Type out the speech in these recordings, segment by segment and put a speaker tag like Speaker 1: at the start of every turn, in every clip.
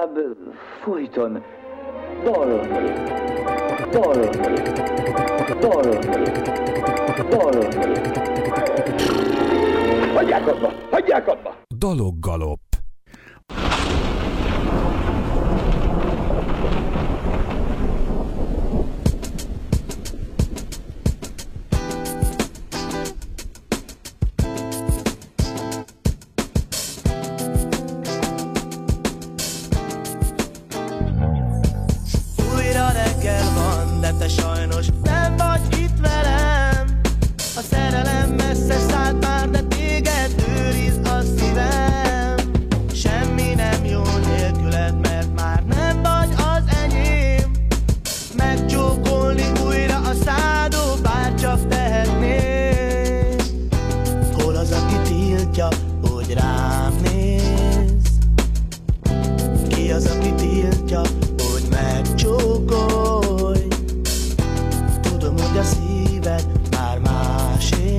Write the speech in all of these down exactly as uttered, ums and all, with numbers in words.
Speaker 1: inkább folyton dal, dal, dal, dal. Hagyják abba, hagyják abba!
Speaker 2: Daloggalop.
Speaker 3: Te sajnos nem vagy itt velem. A szerelem messze szállt már, de téged őriz a szívem. Semmi nem jó nélküled, mert már nem vagy az enyém. Megcsókolni újra a szádó, bár csak tehetném. Hol az, aki tiltja, hogy rám néz? Ki az, aki tiltja, hogy megcsókolj? Hogy a szíved már másé,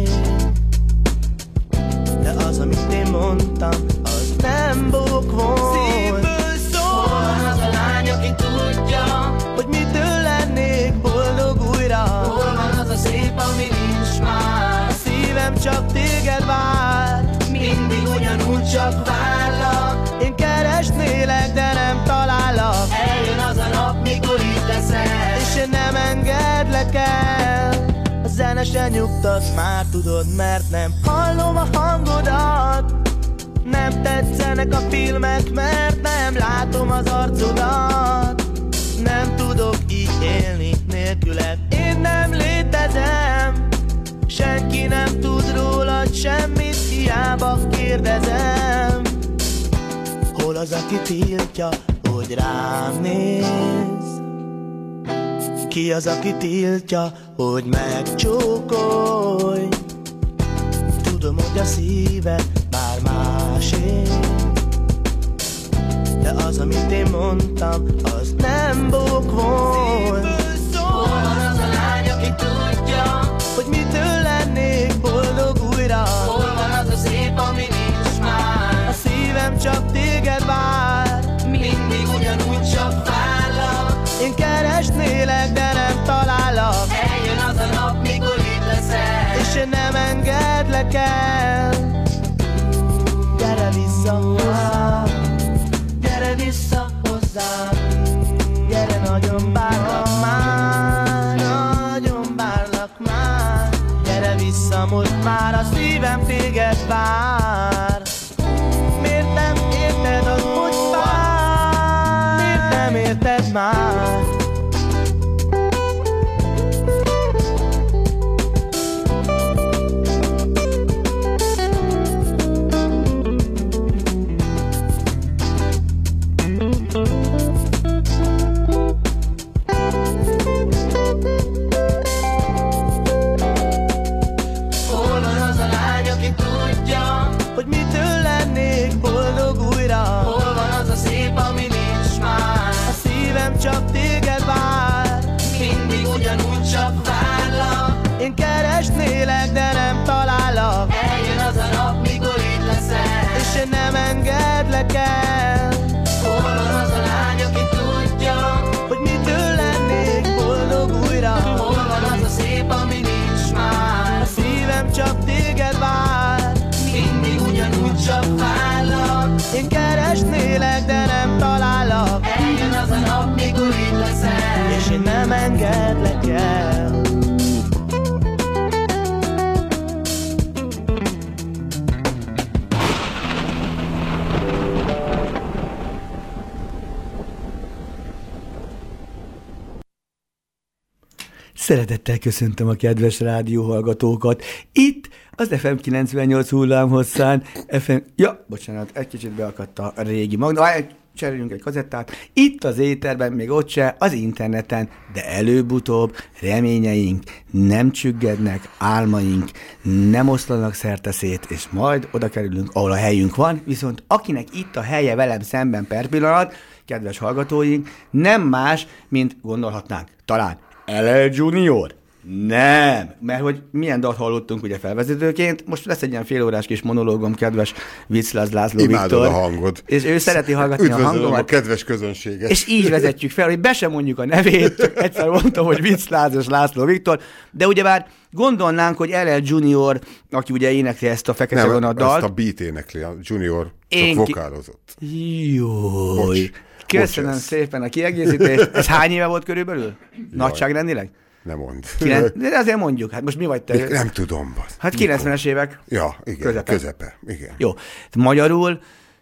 Speaker 3: de az, amit én mondtam, az nem bók volt. Szívből szól. Hol van az a lány, aki tudja, hogy mitől lennék boldog újra? Hol van az a szép, ami nincs már? A szívem csak téged vár, mindig ugyanúgy csak várlak. Én keresnélek, de nem talállak. Eljön az a nap, mikor itt leszel, és én nem engedlek el. A zene se nyugtat, már tudod, mert nem hallom a hangodat. Nem tetszenek a filmek, mert nem látom az arcodat. Nem tudok így élni nélküled, én nem létezem. Senki nem tud rólad semmit, hiába kérdezem. Hol az, aki tiltja, hogy rám néz? Ki az, aki tiltja, hogy megcsókolj? Tudom, hogy a szíved már másé, de az, amit én mondtam, az nem bók volt. Hol van az a lány, aki tudja, hogy mitől lennék boldog újra? Hol van az a szép, ami nincs már? A szívem csak téged vár, mindig ugyanúgy csak várlak. Én keresnélek, de nem talállak. Eljön az a nap, mikor itt leszel, és én nem engedlek el. Gyere vissza hozzám, gyere vissza hozzám. Gyere, nagyon várlak már, nagyon várlak már. Gyere vissza most már, a szívem téged vár. Miért nem érted az, hogy vár? Miért nem érted már? Hogy mitől lennék boldog újra? Hol van az a szép, ami nincs már? A szívem csak téged vár, mindig ugyanúgy csak várlak. Én keresnélek, de nem talállak. Eljön az a nap, mikor itt leszel, és én nem engedlek el. Hol van az a lány, aki tudja, hogy mitől lennék boldog újra? Hol van az a szép, ami nincs már? A szívem csak téged vár, mindig ugyanúgy csak várlak. Én keresnélek, de nem talállak. Eljön az a nap, mikor itt leszel, és én nem engedlek el.
Speaker 4: Szeretettel köszöntöm a kedves rádióhallgatókat. Itt az ef em kilencvennyolc hullámhosszán, ef em... Ja, bocsánat, egy kicsit beakadt a régi magna. Cseréljünk egy kazettát. Itt az éterben, még ott se, az interneten, de előbb-utóbb reményeink nem csüggednek, álmaink nem oszlanak szerte szét, és majd oda kerülünk, ahol a helyünk van, viszont akinek itt a helye velem szemben per pillanat, kedves hallgatóink, nem más, mint gondolhatnánk. Talán el el Junior, Nem, mert hogy milyen dalt hallottunk ugye felvezetőként, most lesz egy ilyen félórás kis monológom, kedves Viczláz László
Speaker 2: Imádod
Speaker 4: Viktor.
Speaker 2: a hangod.
Speaker 4: És ő szereti hallgatni
Speaker 2: Üdvözlöm
Speaker 4: a hangomat.
Speaker 2: a kedves közönséget.
Speaker 4: És így vezetjük fel, hogy be sem mondjuk a nevét, csak egyszer mondtam, hogy Viczláz és László Viktor, de ugyebár gondolnánk, hogy el el Junior, aki ugye énekli ezt a Fekete
Speaker 2: Nem,
Speaker 4: Vonat dalt.
Speaker 2: ezt a beat énekli, a Junior csak
Speaker 4: Én ki-
Speaker 2: vokálozott.
Speaker 4: Jó. Köszönöm
Speaker 2: Bocs,
Speaker 4: szépen a kiegészítést. Ez hány éve volt körülbelül? Nagyságrendileg?
Speaker 2: Nem mond.
Speaker 4: Kilen... De azért mondjuk, hát most mi vagy te?
Speaker 2: Nem tudom. Baz.
Speaker 4: Hát kilencvenes évek.
Speaker 2: Ja, igen,
Speaker 4: Közepe.
Speaker 2: közepe. Igen.
Speaker 4: Jó. Magyarul,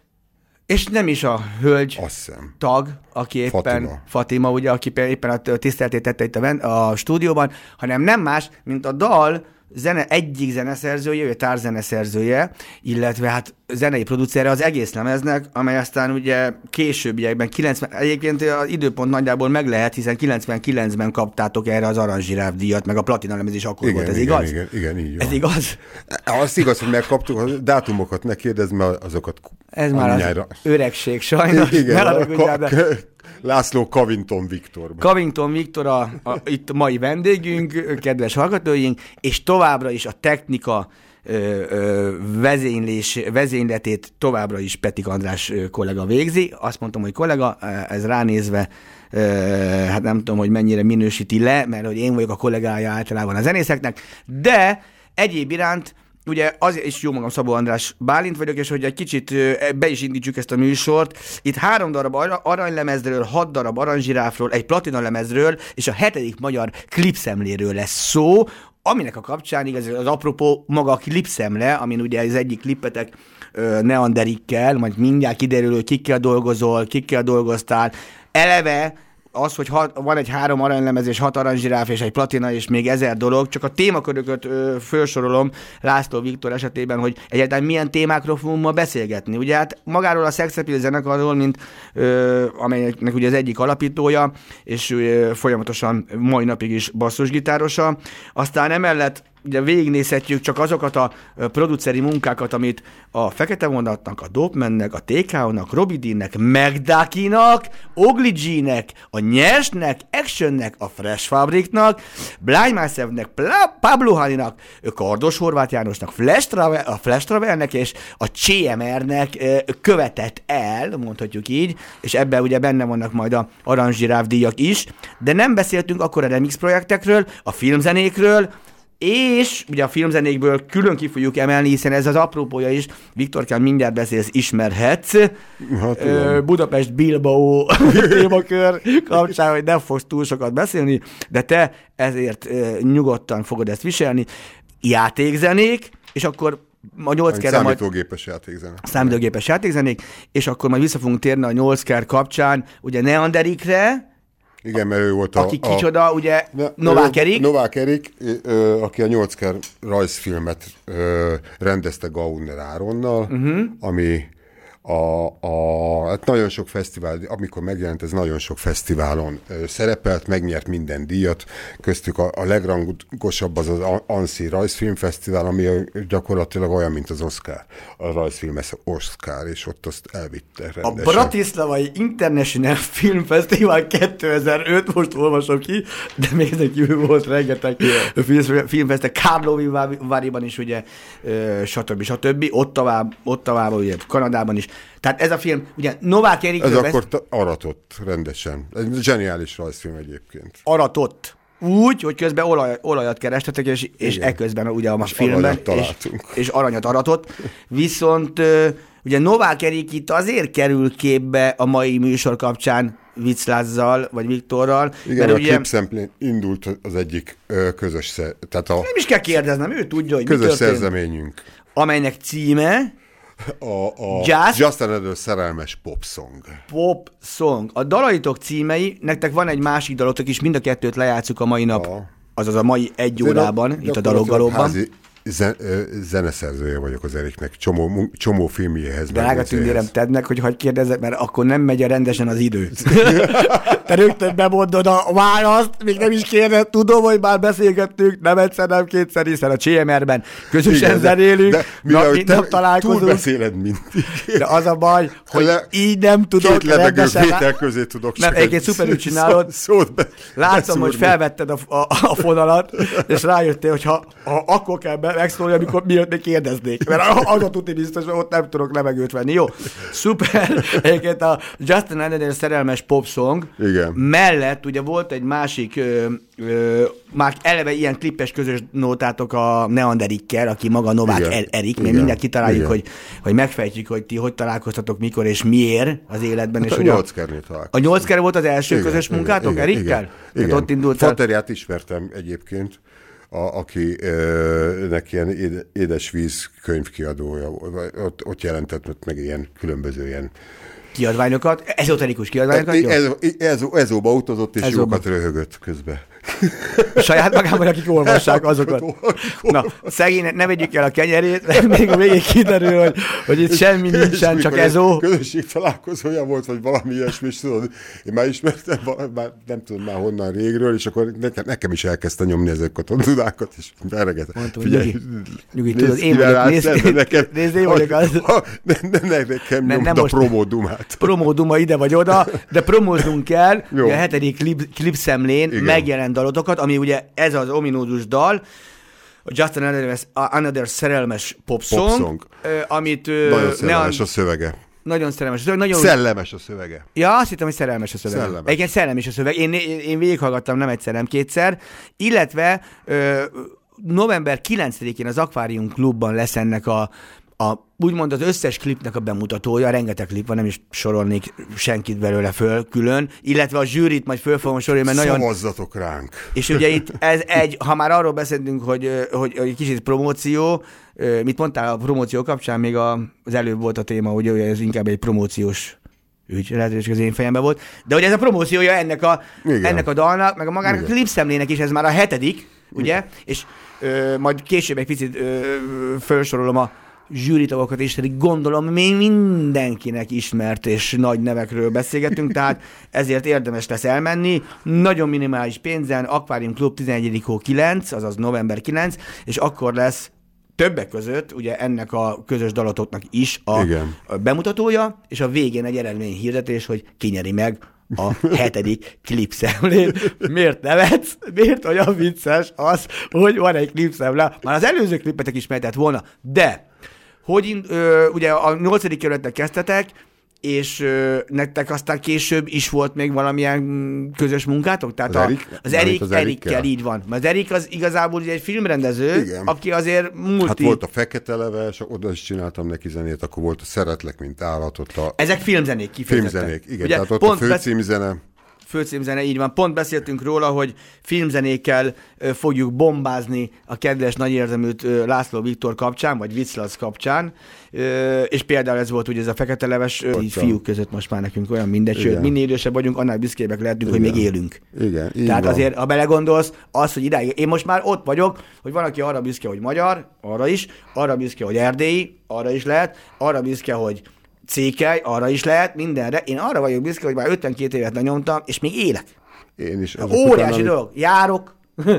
Speaker 4: és nem is a hölgy
Speaker 2: Azt hiszem.
Speaker 4: tag, aki éppen,
Speaker 2: Fatima.
Speaker 4: Fatima ugye, aki éppen a tiszteletét tette itt a, ven- a stúdióban, hanem nem más, mint a dal zene, egyik zeneszerzője, ő társzeneszerzője, illetve hát zenei producere az egész lemeznek, amely aztán ugye későbbiekben, kilencven, egyébként az időpont nagyjából meg lehet, hiszen kilencvenkilencben kaptátok erre az Aranzsiráv díjat, meg a platina lemez is akkor
Speaker 2: Igen,
Speaker 4: volt, ez
Speaker 2: igen,
Speaker 4: igaz?
Speaker 2: Igen, igen, így van.
Speaker 4: Ez igaz?
Speaker 2: Azt igaz, hogy megkaptuk, a dátumokat ne kérdezz, mert azokat
Speaker 4: Ez már az
Speaker 2: mindjárt-
Speaker 4: öregség, sajnos.
Speaker 2: Igen,
Speaker 4: Ne
Speaker 2: a,
Speaker 4: haragudjál, de-
Speaker 2: Ka- László Covington Viktor.
Speaker 4: Covington Viktor a, a, itt a mai vendégünk, kedves hallgatóink, és továbbra is a technika ö, ö, vezénylés, vezényletét továbbra is Petik András ö, kollega végzi. Azt mondtam, hogy kollega, ez ránézve, ö, hát nem tudom, hogy mennyire minősíti le, mert hogy én vagyok a kollégája általában a zenészeknek, de egyéb iránt ugye az, és jó magam, Szabó András Bálint vagyok, és hogy egy kicsit ö, be is indítsuk ezt a műsort. Itt három darab ara- aranylemezről, hat darab aranzsiráfról, egy platina lemezről, és a hetedik magyar klipszemléről lesz szó, aminek a kapcsán igaz, az apropó maga a klipszemle, amin ugye az egyik klippetek ö, Neanderikkel, majd mindjárt kiderül, hogy kikkel dolgozol, kikkel dolgoztál. Eleve az, hogy hat, van egy három aranylemez és hat aranzsiráf és egy platina és még ezer dolog, csak a témaköröket ö, felsorolom László Viktor esetében, hogy egyáltalán milyen témákról fogunk ma beszélgetni. Ugye hát magáról a Sex Appeal zenekarról, mint ö, amelynek ugye az egyik alapítója, és ö, folyamatosan mai napig is basszusgitárosa. Aztán emellett ugye végignézhetjük csak azokat a produceri munkákat, amit a Fekete Vonatnak, a Dopemannek, a té ká ó-nak, Robbie Deannek, Megdakinak, Ogli G-nek, a Nyersnek, Actionnek, a Fresh Fabricnak, Blind Myselfnek, Pla- Pablo Haninak, Kardos Horváth Jánosnak, Flash Travel, a Flash Travelnek és a cé em er-nek eh, követett el, mondhatjuk így, és ebben ugye benne vannak majd a aranzsiráv díjak is, de nem beszéltünk akkor a remix projektekről, a filmzenékről, és ugye a filmzenékből külön ki fogjuk emelni, hiszen ez az apropója is, Viktorkán mindjárt beszélsz, ismerhetsz,
Speaker 2: Hát,
Speaker 4: Ö, Budapest Bilbao témakör kapcsán, hogy nem fogsz túl sokat beszélni, de te ezért ö, nyugodtan fogod ezt viselni. Játékzenék, és akkor a nyolc kerre majd...
Speaker 2: Számítógépes játékzene.
Speaker 4: Számítógépes játékzenék, és akkor majd vissza fogunk térni a nyolc ker kapcsán, ugye Neanderikre,
Speaker 2: Igen, mert ő volt a...
Speaker 4: aki kicsoda, ugye
Speaker 2: Ne,
Speaker 4: Novák
Speaker 2: ő-
Speaker 4: Erik.
Speaker 2: Novák Erik, ö, aki a nyolcker rajzfilmet ö, rendezte Gauner Áronnal, uh-huh. ami a, a, hát nagyon sok fesztivál, amikor megjelent, ez nagyon sok fesztiválon ö, szerepelt, megnyert minden díjat, köztük a, a legrangosabb az az Annecy rajzfilmfesztivál, ami gyakorlatilag olyan, mint az Oscar, a rajzfilmes Oscar, és ott azt elvitte
Speaker 4: A
Speaker 2: rendesen.
Speaker 4: Bratislavai International Film Festival kétezer-öt, most olvasom ki, de még ezen kívül volt rengeteg filmfesztivál, Karlovy Varyban is, ugye, ö, stb. stb. Ottavában, Ottavában, ugye, Kanadában is. Tehát ez a film, ugye Novák Erikről
Speaker 2: Ez
Speaker 4: vesz-
Speaker 2: akkor ta- aratott rendesen. Egy zseniális rajzfilm egyébként.
Speaker 4: aratott. Úgy, hogy közben olaj, olajat kerestetek, és, és eközben ugye a filmben,
Speaker 2: aranyat
Speaker 4: és,
Speaker 2: találtunk.
Speaker 4: és aranyat aratott. Viszont ö, ugye Novák Erik itt azért kerül képbe a mai műsor kapcsán Viczlázzal, vagy Viktorral.
Speaker 2: Igen,
Speaker 4: mert
Speaker 2: a
Speaker 4: ugye
Speaker 2: Klipszemplén indult az egyik ö, közös, szer- tehát a
Speaker 4: nem is kell kérdeznem, ő tudja, hogy mi
Speaker 2: közös
Speaker 4: történt.
Speaker 2: szerzeményünk.
Speaker 4: Amelynek címe
Speaker 2: A, a
Speaker 4: Just-
Speaker 2: Just Another szerelmes popsong.
Speaker 4: Pop Song. A dalaitok címei, nektek van egy másik dalotok is, mind a kettőt lejátszuk a mai nap,
Speaker 2: Aha.
Speaker 4: azaz a mai egy órában, itt a
Speaker 2: Gyakorlatilag
Speaker 4: dalokgalóban.
Speaker 2: házi zen, ö, zeneszerzője vagyok az Eriknek, csomó, mun- csomó filmjéhez.
Speaker 4: Drága
Speaker 2: megnézéhez.
Speaker 4: tündérem, tedd meg, hogy hagyd kérdezzek, mert akkor nem megy rendesen az idő. te rögtön bemondod a választ, még nem is kérdez, tudom, hogy már beszélgettünk, nem egyszer, nem kétszer, hiszen a cé em er-ben közösen igen, zenélünk,
Speaker 2: de, de
Speaker 4: nap, mint nap találkozunk.
Speaker 2: Túl beszéled mindig.
Speaker 4: De az a baj, hogy le, így nem tudok
Speaker 2: két lebegő Péter közé tudok
Speaker 4: nem, egyébként szuperül csinálod.
Speaker 2: Szót be,
Speaker 4: Látom, hogy felvetted a, a, a fonalat, és rájöttél, hogy ha, ha akkor kell megszólni, amikor miért még kérdeznék. Mert az a tuti biztos, hogy ott nem tudok levegőt venni. Jó, szuper. Egyébként a Justin Anderson szerelmes popsong mellett ugye volt egy másik, ö, ö, már eleve ilyen klippes közös nótátok a Neanderikkel, aki maga Novák El Erik, mert mindent kitaláljuk, hogy, hogy megfejtjük, hogy ti hogy találkoztatok, mikor és miért az életben.
Speaker 2: Hát
Speaker 4: és
Speaker 2: a nyolckernél találkoztunk.
Speaker 4: A nyolcker volt az első igen, közös munkátok igen, Erikkel?
Speaker 2: Igen, igen.
Speaker 4: Hát ott indultál.
Speaker 2: Faterját ismertem egyébként, a, aki ö, neki ilyen éde, édesvíz könyvkiadója volt. Ott, ott jelentett meg ilyen különböző ilyen
Speaker 4: kiadványokat, ezoterikus kiadványokat?
Speaker 2: Ez, ez, ez, ezóba utazott, és ezóba. Jókat röhögött közben.
Speaker 4: Saját magában, akik olvassák azokat. Na, szegény, ne vegyük el a kenyerét, mert még a végén kiderül, hogy, hogy itt semmi nincsen, csak ezó.
Speaker 2: Közösség találkozója volt, vagy valami ilyesmi, és tudod, én már ismertem, már nem tudom már honnan régről, és akkor nekem, nekem is elkezdte nyomni ezeket a tudákat, és felregettem.
Speaker 4: Mondtam, figyelj, nyugi, tudod, én vagyok, nézd, nézd, én vagyok az.
Speaker 2: Ne, ne, ne, nekem nyomd a promódumát.
Speaker 4: Promóduma ide vagy oda, de promóznunk kell, ugye a hetedik klip, klipszemlén megjelent dalotokat, ami ugye ez az ominózus dal, a Just Another, Another szerelmes popsong, pop amit...
Speaker 2: Nagyon szerelmes a szövege.
Speaker 4: Nagyon szerelmes a szövege. Nagyon...
Speaker 2: Szellemes a szövege.
Speaker 4: Ja, azt hittem, hogy szerelmes a szövege. Szellemes. Egyébként szellemes a szövege. Én, én, én végighallgattam nem egyszer, nem kétszer, illetve ö, november kilencedikén az Aquarium Klubban lesz ennek a A, úgymond az összes klipnek a bemutatója, rengeteg klip van, nem is sorolnék senkit belőle föl külön, illetve a zsűrit majd föl fogom sorolni, mert nagyon...
Speaker 2: Szavazzatok ránk!
Speaker 4: És ugye itt ez egy, ha már arról beszéltünk, hogy, hogy, hogy kicsit promóció, mit mondtál a promóció kapcsán, még a, az előbb volt a téma, hogy ez inkább egy promóciós ügy, lehet, hogy az én fejemben volt, de hogy ez a promóciója ennek a, ennek a dalnak, meg a magának igen. A klipszemlének is, ez már a hetedik, ugye, igen. És ö, majd később egy picit ö, felsorolom a zsűritagokat is, pedig gondolom még mindenkinek ismert és nagy nevekről beszélgetünk, tehát ezért érdemes lesz elmenni. Nagyon minimális pénzen, Aquarium Club tizenegy hó kilenc, azaz november kilenc, és akkor lesz többek között ugye ennek a közös dalatoknak is a, a bemutatója, és a végén egy eredményhirdetés, hogy kinyeri meg a hetedik klipszemlét. Miért nevetsz? Miért olyan vicces az, hogy van egy klipszemle? Már az előző klipetek is mehetett volna, de hogy ö, ugye a nyolcadik kerületnek kezdtetek, és ö, nektek aztán később is volt még valamilyen közös munkátok? Tehát az, a, Erik, az Erik, az Erikkel így van. Az Erik az igazából ugye egy filmrendező, igen. Aki azért multi... Hát
Speaker 2: volt a Fekete Leves, oda is csináltam neki zenét, akkor volt a Szeretlek, mint állatot. A...
Speaker 4: Ezek filmzenék kifejezetten.
Speaker 2: Filmzenék, igen, ugye, tehát ott a főcímzene...
Speaker 4: Főcímzene, így van. Pont beszéltünk róla, hogy filmzenékkel ö, fogjuk bombázni a kedves nagyérzeműt ö, László Viktor kapcsán, vagy Viclac kapcsán, ö, és például ez volt ugye ez a Fekete Leves, ö, így fiúk között most már nekünk olyan mindegy, sőt, minél idősebb vagyunk, annál büszkébbek lehetünk, igen. Hogy még élünk.
Speaker 2: Igen, így
Speaker 4: Tehát
Speaker 2: van.
Speaker 4: Azért, ha belegondolsz, az, hogy idáig, én most már ott vagyok, hogy van, aki arra büszke, hogy magyar, arra is, arra büszke, hogy erdélyi, arra is lehet, arra büszke, hogy Cékely, arra is lehet, mindenre. Én arra vagyok büszke, hogy már ötvenkét évet lenyomtam, és még élek.
Speaker 2: Én is.
Speaker 4: Óriási után, dolog. Járok,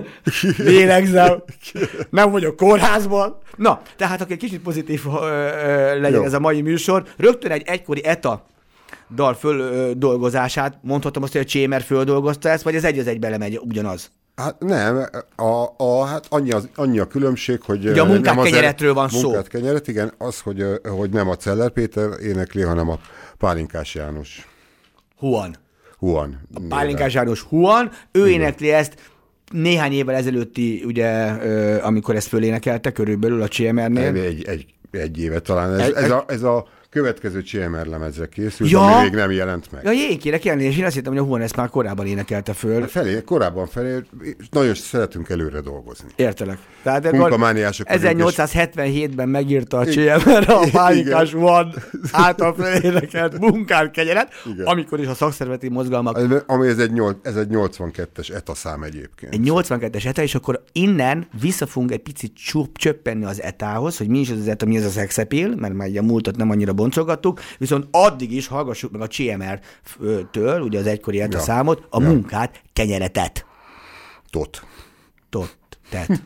Speaker 4: lélegzem, nem vagyok kórházban. Na, tehát akkor egy kicsit pozitív ö, ö, legyen jó. Ez a mai műsor. Rögtön egy egykori é té á dal földolgozását, mondhatom azt, hogy a Csémer földolgozta ezt, vagy ez egy az egybe lemegy ugyanaz?
Speaker 2: Hát nem, a, a, hát annyi, az, annyi a különbség, hogy...
Speaker 4: Ugye a munkát kenyeretről van szó.
Speaker 2: Munkát kenyeret, igen, az, hogy, hogy nem a Celler Péter énekli, hanem a Pálinkás János.
Speaker 4: Huan.
Speaker 2: Huan.
Speaker 4: A Pálinkás János Huan, ő igen. Énekli ezt néhány évvel ezelőtti, ugye, amikor ezt fölénekelte körülbelül a cé em er-nél.
Speaker 2: Egy, egy, egy éve talán. Ez, egy, ez, a, ez a következő cé em er lemezre készült, ja. Ami még nem jelent meg.
Speaker 4: Ja, jé, kéne kelni, és én azt hittem, hogy a Huan ezt már korábban énekelte föl.
Speaker 2: Felé, korábban felé, nagyon szeretünk előre dolgozni.
Speaker 4: Értelek. Tehát
Speaker 2: munkamániások
Speaker 4: ezernyolcszázhetvenhétben megírta a cé em er a Pálinkás Huan által felénekelt munkát kenyeret, amikor is a szakszervezeti mozgalmak...
Speaker 2: Ami ez egy, ez egy nyolcvankettes é té á szám egyébként.
Speaker 4: Egy nyolcvankettes é té á, és akkor innen vissza fogunk egy picit csöppenni az é té á-hoz, hogy mi is az az é té á, mi ez a sex appeal, mert már a múltat nem annyira boncolgattuk, viszont addig is hallgassuk meg a cé em er-től, ugye az egykori ETA
Speaker 2: Ja.
Speaker 4: számot, a
Speaker 2: Ja.
Speaker 4: munkát, kenyeretet.
Speaker 2: Tot.
Speaker 4: Tot, tet.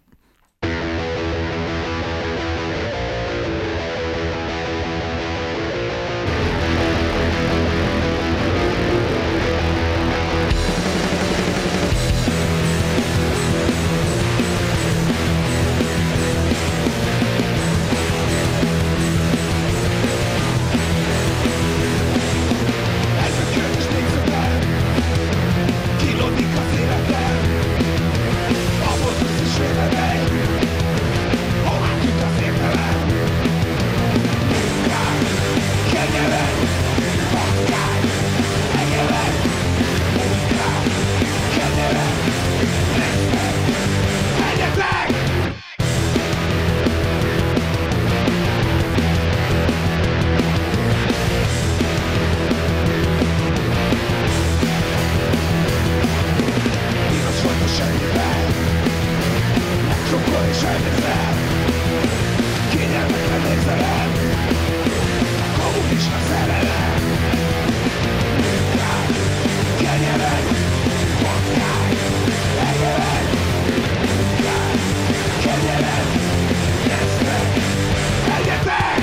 Speaker 3: Kilódik az életem, abból tudsz is vélemény. Hová jut az értelem? Munkám, kegyelem, patkány, egyelem. Munkám, kegyelem, respekt, egyetlen. Igaz volt a semmivel, megcsokol és elnézel. Kényelmetlen érzelem, kommunista szerelem. Munkám, kegyelem, patkány, egyelem. Munkám, kegyelem, respekt, egyetlen.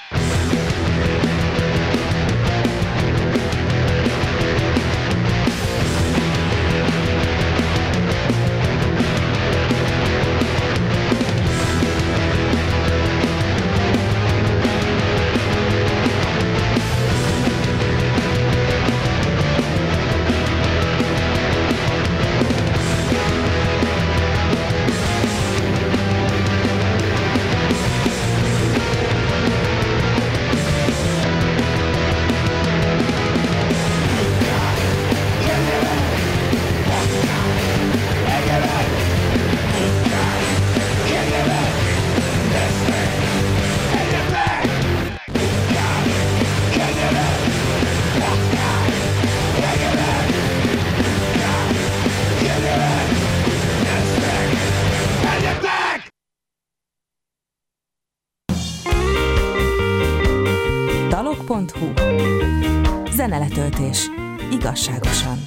Speaker 5: dalok pont hu. Zeneletöltés. Igazságosan.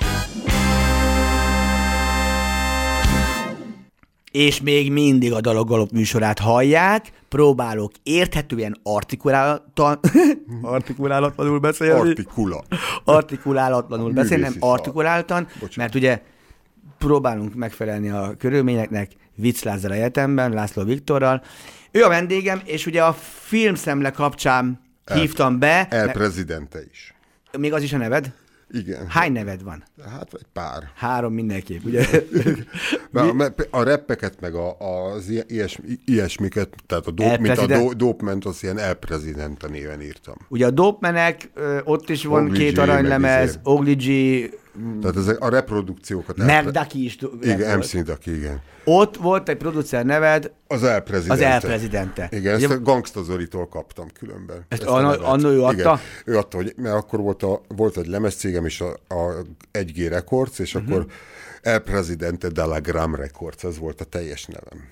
Speaker 4: És még mindig a Dalok Galop műsorát hallják, próbálok érthetően artikulálatlan, artikulálatlanul beszélni.
Speaker 2: Artikula.
Speaker 4: Artikulálatlanul beszélni, nem
Speaker 2: Művészi szar.
Speaker 4: artikuláltan,
Speaker 2: Bocsánat.
Speaker 4: mert ugye próbálunk megfelelni a körülményeknek Vicc Lázár Egyetemben, László Viktorral. Ő a vendégem, és ugye a filmszemle kapcsán
Speaker 2: El-
Speaker 4: hívtam be.
Speaker 2: El
Speaker 4: mert-
Speaker 2: prezidente is.
Speaker 4: Még az is a neved?
Speaker 2: Igen.
Speaker 4: Hány neved van?
Speaker 2: Hát egy pár.
Speaker 4: Három mindenképp, ugye?
Speaker 2: Mert mert a reppeket, meg a, az ilyen- ilyesmi, ilyesmiket, tehát a
Speaker 4: El
Speaker 2: dóp, mint a
Speaker 4: prezident-
Speaker 2: dó, dópment, az ilyen El prezidente néven írtam.
Speaker 4: Ugye a Dopemenek, ö, ott is van
Speaker 2: Ogli
Speaker 4: két
Speaker 2: G,
Speaker 4: aranylemez,
Speaker 2: meg izé.
Speaker 4: Ogli G,
Speaker 2: Tehát ezek a reprodukciókat... El,
Speaker 4: Megdaki is do-
Speaker 2: igen,
Speaker 4: volt.
Speaker 2: em cé Daki, igen.
Speaker 4: Ott volt egy producer neved,
Speaker 2: Az El prezidente.
Speaker 4: az El prezidente.
Speaker 2: Igen,
Speaker 4: Ugye-
Speaker 2: ezt a Gangsta Zoritól kaptam különben.
Speaker 4: Ezt
Speaker 2: a
Speaker 4: anno-
Speaker 2: nevet.
Speaker 4: annó ő adta?
Speaker 2: Igen, ő adta, hogy, mert akkor volt, a, volt egy lemezcégem is, a, a egy gé Records, és uh-huh. akkor El Presidente de la Gram Records, ez volt a teljes nevem.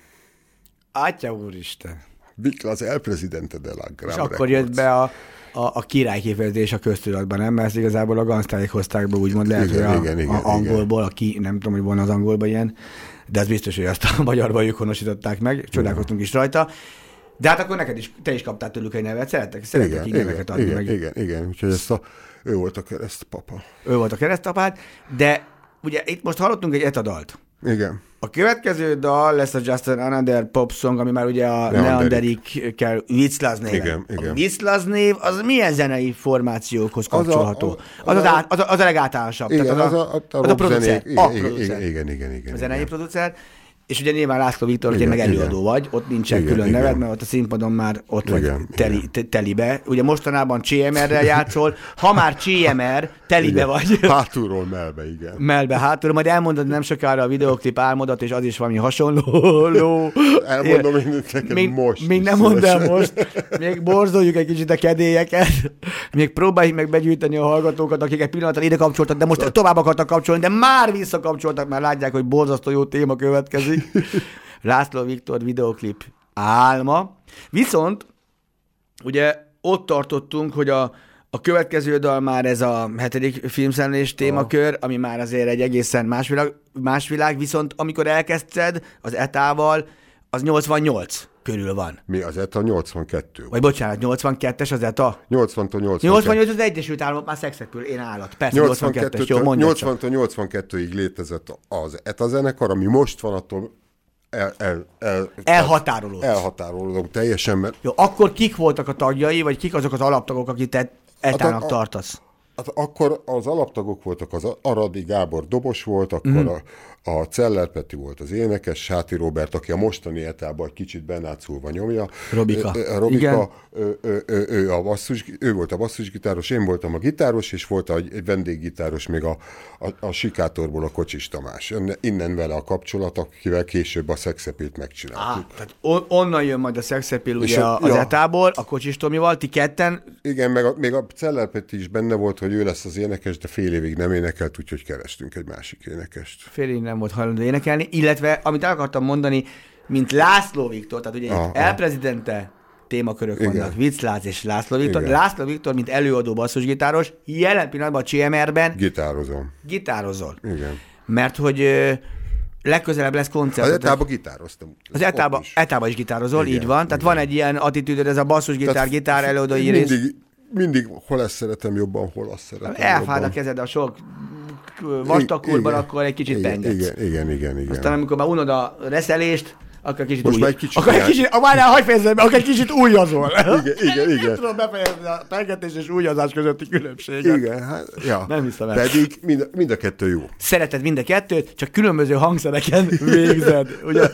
Speaker 4: Atya úristen.
Speaker 2: Vikla az El Presidente de la Gram
Speaker 4: És
Speaker 2: Records.
Speaker 4: akkor jött be a, a, a király kifejezés a köztudatban, nem? Mert ezt igazából a gangsztáik hozták be, úgymond lehet,
Speaker 2: Igen,
Speaker 4: hogy a,
Speaker 2: igen, igen,
Speaker 4: a angolból, aki nem tudom, hogy volna az angolban ilyen, de az biztos, hogy azt a magyarban ők honosították meg, csodálkoztunk is rajta. De hát akkor neked is, te is kaptál tőlük egy nevet, szeretek, szeretek
Speaker 2: Igen,
Speaker 4: így
Speaker 2: igen,
Speaker 4: neveket adni
Speaker 2: igen,
Speaker 4: meg.
Speaker 2: igen, igen, úgyhogy ezt a, ő volt a keresztpapa.
Speaker 4: Ő volt a keresztapád, de ugye itt most hallottunk egy etadalt.
Speaker 2: Igen.
Speaker 4: A következő dal lesz a Just Another Pop Song, ami már ugye a Neanderikkel Viclaz néven.
Speaker 2: Igen, igen.
Speaker 4: A Viclaz név az milyen zenei formációkhoz
Speaker 2: Az a-
Speaker 4: kapcsolható? Az,
Speaker 2: az
Speaker 4: az,
Speaker 2: a-
Speaker 4: az, az, az a legáltalánosabb.
Speaker 2: Igen,
Speaker 4: Tehát
Speaker 2: az a, a, a,
Speaker 4: az a producer.
Speaker 2: zenék,
Speaker 4: A
Speaker 2: igen,
Speaker 4: producer.
Speaker 2: igen, igen, igen, igen,
Speaker 4: A zenei
Speaker 2: igen.
Speaker 4: producer. És ugye nyilván László Viktor,
Speaker 2: Igen,
Speaker 4: meg előadó
Speaker 2: igen.
Speaker 4: vagy, ott nincsen
Speaker 2: Igen,
Speaker 4: külön
Speaker 2: igen.
Speaker 4: neved, mert ott a színpadon már ott vagy
Speaker 2: Igen,
Speaker 4: teli,
Speaker 2: igen.
Speaker 4: te- telibe. Ugye mostanában cé em er-rel játszol, ha már cé em er, telibe
Speaker 2: Igen.
Speaker 4: vagy.
Speaker 2: Hátulról melbe, igen.
Speaker 4: Melbe hátul, majd elmondod nem sokára a videoklip álmodat, és az is valami hasonló.
Speaker 2: Elmondom én neked
Speaker 4: még,
Speaker 2: most
Speaker 4: Még
Speaker 2: is
Speaker 4: nem mondd el
Speaker 2: szívesen.
Speaker 4: most. Még borzoljuk egy kicsit a kedélyeket. Még próbáljuk meg begyűjteni a hallgatókat, akik egy pillanatra ide kapcsoltak, de most tovább akartak kapcsolni, de már visszakapcsoltak, mert látják, hogy borzasztó jó téma következik. László Viktor videoklip álma. Viszont ugye ott tartottunk, hogy a, a következő dal már ez a hetedik filmszemlés témakör, ami már azért egy egészen más világ, más világ, viszont amikor elkezdted az etával, az nyolcvannyolc körül van.
Speaker 2: Mi az ETA? nyolcvankettő.
Speaker 4: Vagy bocsánat, nyolcvankettes az ETA?
Speaker 2: nyolcvantól nyolcvankettő.
Speaker 4: nyolcvannyolc az Egyesült Államok, már szexekül, én állat. Persze, nyolcvankettes, jó, mondja
Speaker 2: nyolcvantól nyolcvankettőig létezett az ETA zenekar, ami most van, attól el, el, el,
Speaker 4: elhatárolódsz.
Speaker 2: Elhatárolódom teljesen, mert...
Speaker 4: Jó, akkor kik voltak a tagjai, vagy kik azok az alaptagok, akit te etának
Speaker 2: hát a,
Speaker 4: tartasz?
Speaker 2: Hát akkor az alaptagok voltak, az Aradi Gábor dobos volt, akkor mm. a, a Celler Peti volt az énekes, Sáti Róbert, aki a mostani etában egy kicsit benátszulva nyomja.
Speaker 4: Robika.
Speaker 2: Robika, ő, ő, ő, ő, a basszus, ő volt a basszusgitáros, én voltam a gitáros, és volt egy vendéggitáros még a, a, a Sikátorból, a Kocsis Tamás. Innen vele a kapcsolat, akivel később a Szexepélt megcsináltuk.
Speaker 4: Ah, tehát on, onnan jön majd a Szexepél ugye a, az ja. etából, a Kocsis Tomival, ti ketten.
Speaker 2: Igen, meg a, még a Celler Peti is benne volt, hogy ő lesz az énekes, de fél évig nem énekelt, úgyhogy kerestünk egy másik énekest.
Speaker 4: Fél évig nem volt hajlandó énekelni, illetve amit el akartam mondani, mint László Viktor, tehát ugye ah, El Presidente témakörök igen. vannak, Vicláz és László Viktor. Igen. László Viktor, mint előadó basszusgitáros, jelen pillanatban a cé em er-ben
Speaker 2: gitározom.
Speaker 4: Gitározol.
Speaker 2: Igen.
Speaker 4: Mert hogy ö, legközelebb lesz koncert.
Speaker 2: Az etában gitároztam.
Speaker 4: Az etában is. Etába is gitározol, igen, így van. Tehát igen. van egy ilyen attitűdöd, ez a basszusgitár, tehát gitár előadói rész.
Speaker 2: Mindig, mindig hol ezt szeretem jobban, hol azt szeretem
Speaker 4: elfád
Speaker 2: jobban.
Speaker 4: A kezed a sok vastagkurban, akkor egy kicsit
Speaker 2: igen,
Speaker 4: pengetsz.
Speaker 2: Igen, igen, igen, igen.
Speaker 4: Aztán amikor már unod a reszelést, akkor kicsit
Speaker 2: most
Speaker 4: új.
Speaker 2: Már egy kicsit
Speaker 4: akkor egy kicsit, a várjál, hagyj fejezem be, akkor egy kicsit újazol.
Speaker 2: Igen, igen, igen.
Speaker 4: Nem tudom befejezni a pengetés és újazás közötti különbséget.
Speaker 2: Igen, hát, ja.
Speaker 4: Nem hiszem el.
Speaker 2: Pedig mind, mind a kettő jó.
Speaker 4: Szereted mind a kettőt, csak különböző hangszereken végzed, ugye?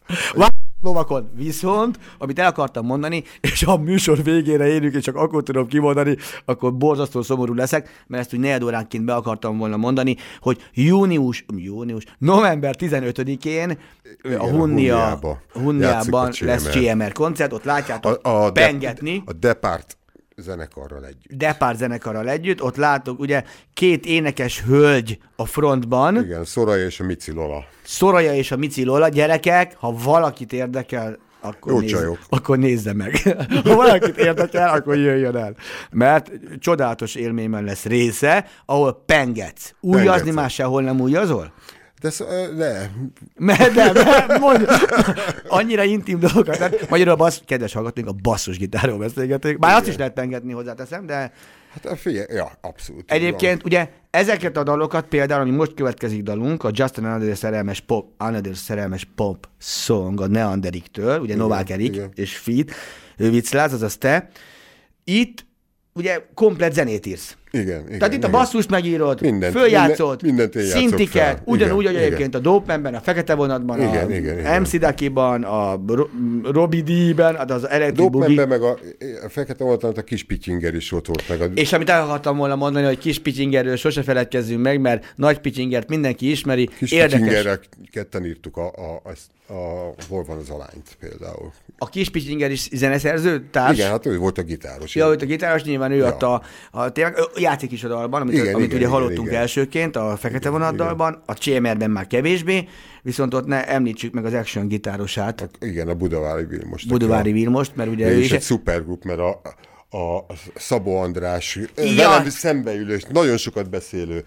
Speaker 4: Lovakon. Viszont, amit el akartam mondani, és a műsor végére érünk, és csak akkor tudom kimondani, akkor borzasztó szomorú leszek, mert ezt úgy negyed óránként be akartam volna mondani, hogy június, június, november tizenötödikén igen, a Hunnia, a Hunniában lesz cé em er koncert, ott látjátok a, a pengetni.
Speaker 2: De, a Depart zenekarral együtt.
Speaker 4: Depart zenekarral együtt, ott látok ugye két énekes hölgy a frontban.
Speaker 2: Igen, Soraya és a Mici Lola.
Speaker 4: Soraya és a Mici Lola, gyerekek, ha valakit érdekel, akkor, nézze, akkor nézze meg. Ha valakit érdekel, akkor jöjjön el. Mert csodálatos élményben lesz része, ahol pengetsz. Újazni már sehol nem újazol?
Speaker 2: De, de.
Speaker 4: De, de, mondj, annyira intim dolgokat. Tehát magyarul a bassz, kedves hallgatóink, a basszusgitárról beszélgetünk. Bár azt is lehet pengetni, hozzáteszem, de...
Speaker 2: Hát figyelj, ja, abszolút.
Speaker 4: Egyébként ugye ezeket a dalokat, például, ami most következik dalunk, a Just Another szerelmes pop, Another szerelmes pop song a Neanderiktől, ugye Novák Erik és Feat, ő Vicláz, azaz te. Itt ugye komplet zenét írsz.
Speaker 2: Igen, igen.
Speaker 4: Tehát itt
Speaker 2: igen.
Speaker 4: a basszust megírod,
Speaker 2: mindent,
Speaker 4: följátszod,
Speaker 2: mindent
Speaker 4: szintiket, ugyanúgy, ahogy egyébként a Dopemanben, a Fekete Vonatban,
Speaker 2: igen,
Speaker 4: a
Speaker 2: igen,
Speaker 4: em cé Dakiban, a Robbie D-ben, az Electric Boogie.
Speaker 2: Dopemanben meg a, a Fekete Vonatban a Kis Pityinger is ott volt meg. A...
Speaker 4: És amit el akartam volna mondani, hogy Kis Pityingerről sose feledkezzünk meg, mert Nagy Pityingert mindenki ismeri.
Speaker 2: Kis
Speaker 4: érdekes.
Speaker 2: Pityingerrel ketten írtuk a, a, a, a Hol van az a lányt például.
Speaker 4: A Kis Pityinger is zeneszerző társ?
Speaker 2: Igen, hát ő volt a gitáros.
Speaker 4: Ja, ő a gitáros, nyilván ő ja. adta a, a tényleg, játszik is a dalban, amit, igen, amit igen, ugye igen, hallottunk igen. elsőként a Fekete Vonat dalban, a cé em er-ben már kevésbé, viszont ott ne említsük meg az action gitárosát.
Speaker 2: A, igen, a Budavári Vilmost.
Speaker 4: Budavári Vilmost, mert ugye ő, ő
Speaker 2: is egy szupergrup, mert a, a Szabó András, ja. velem szembeülő, nagyon sokat beszélő,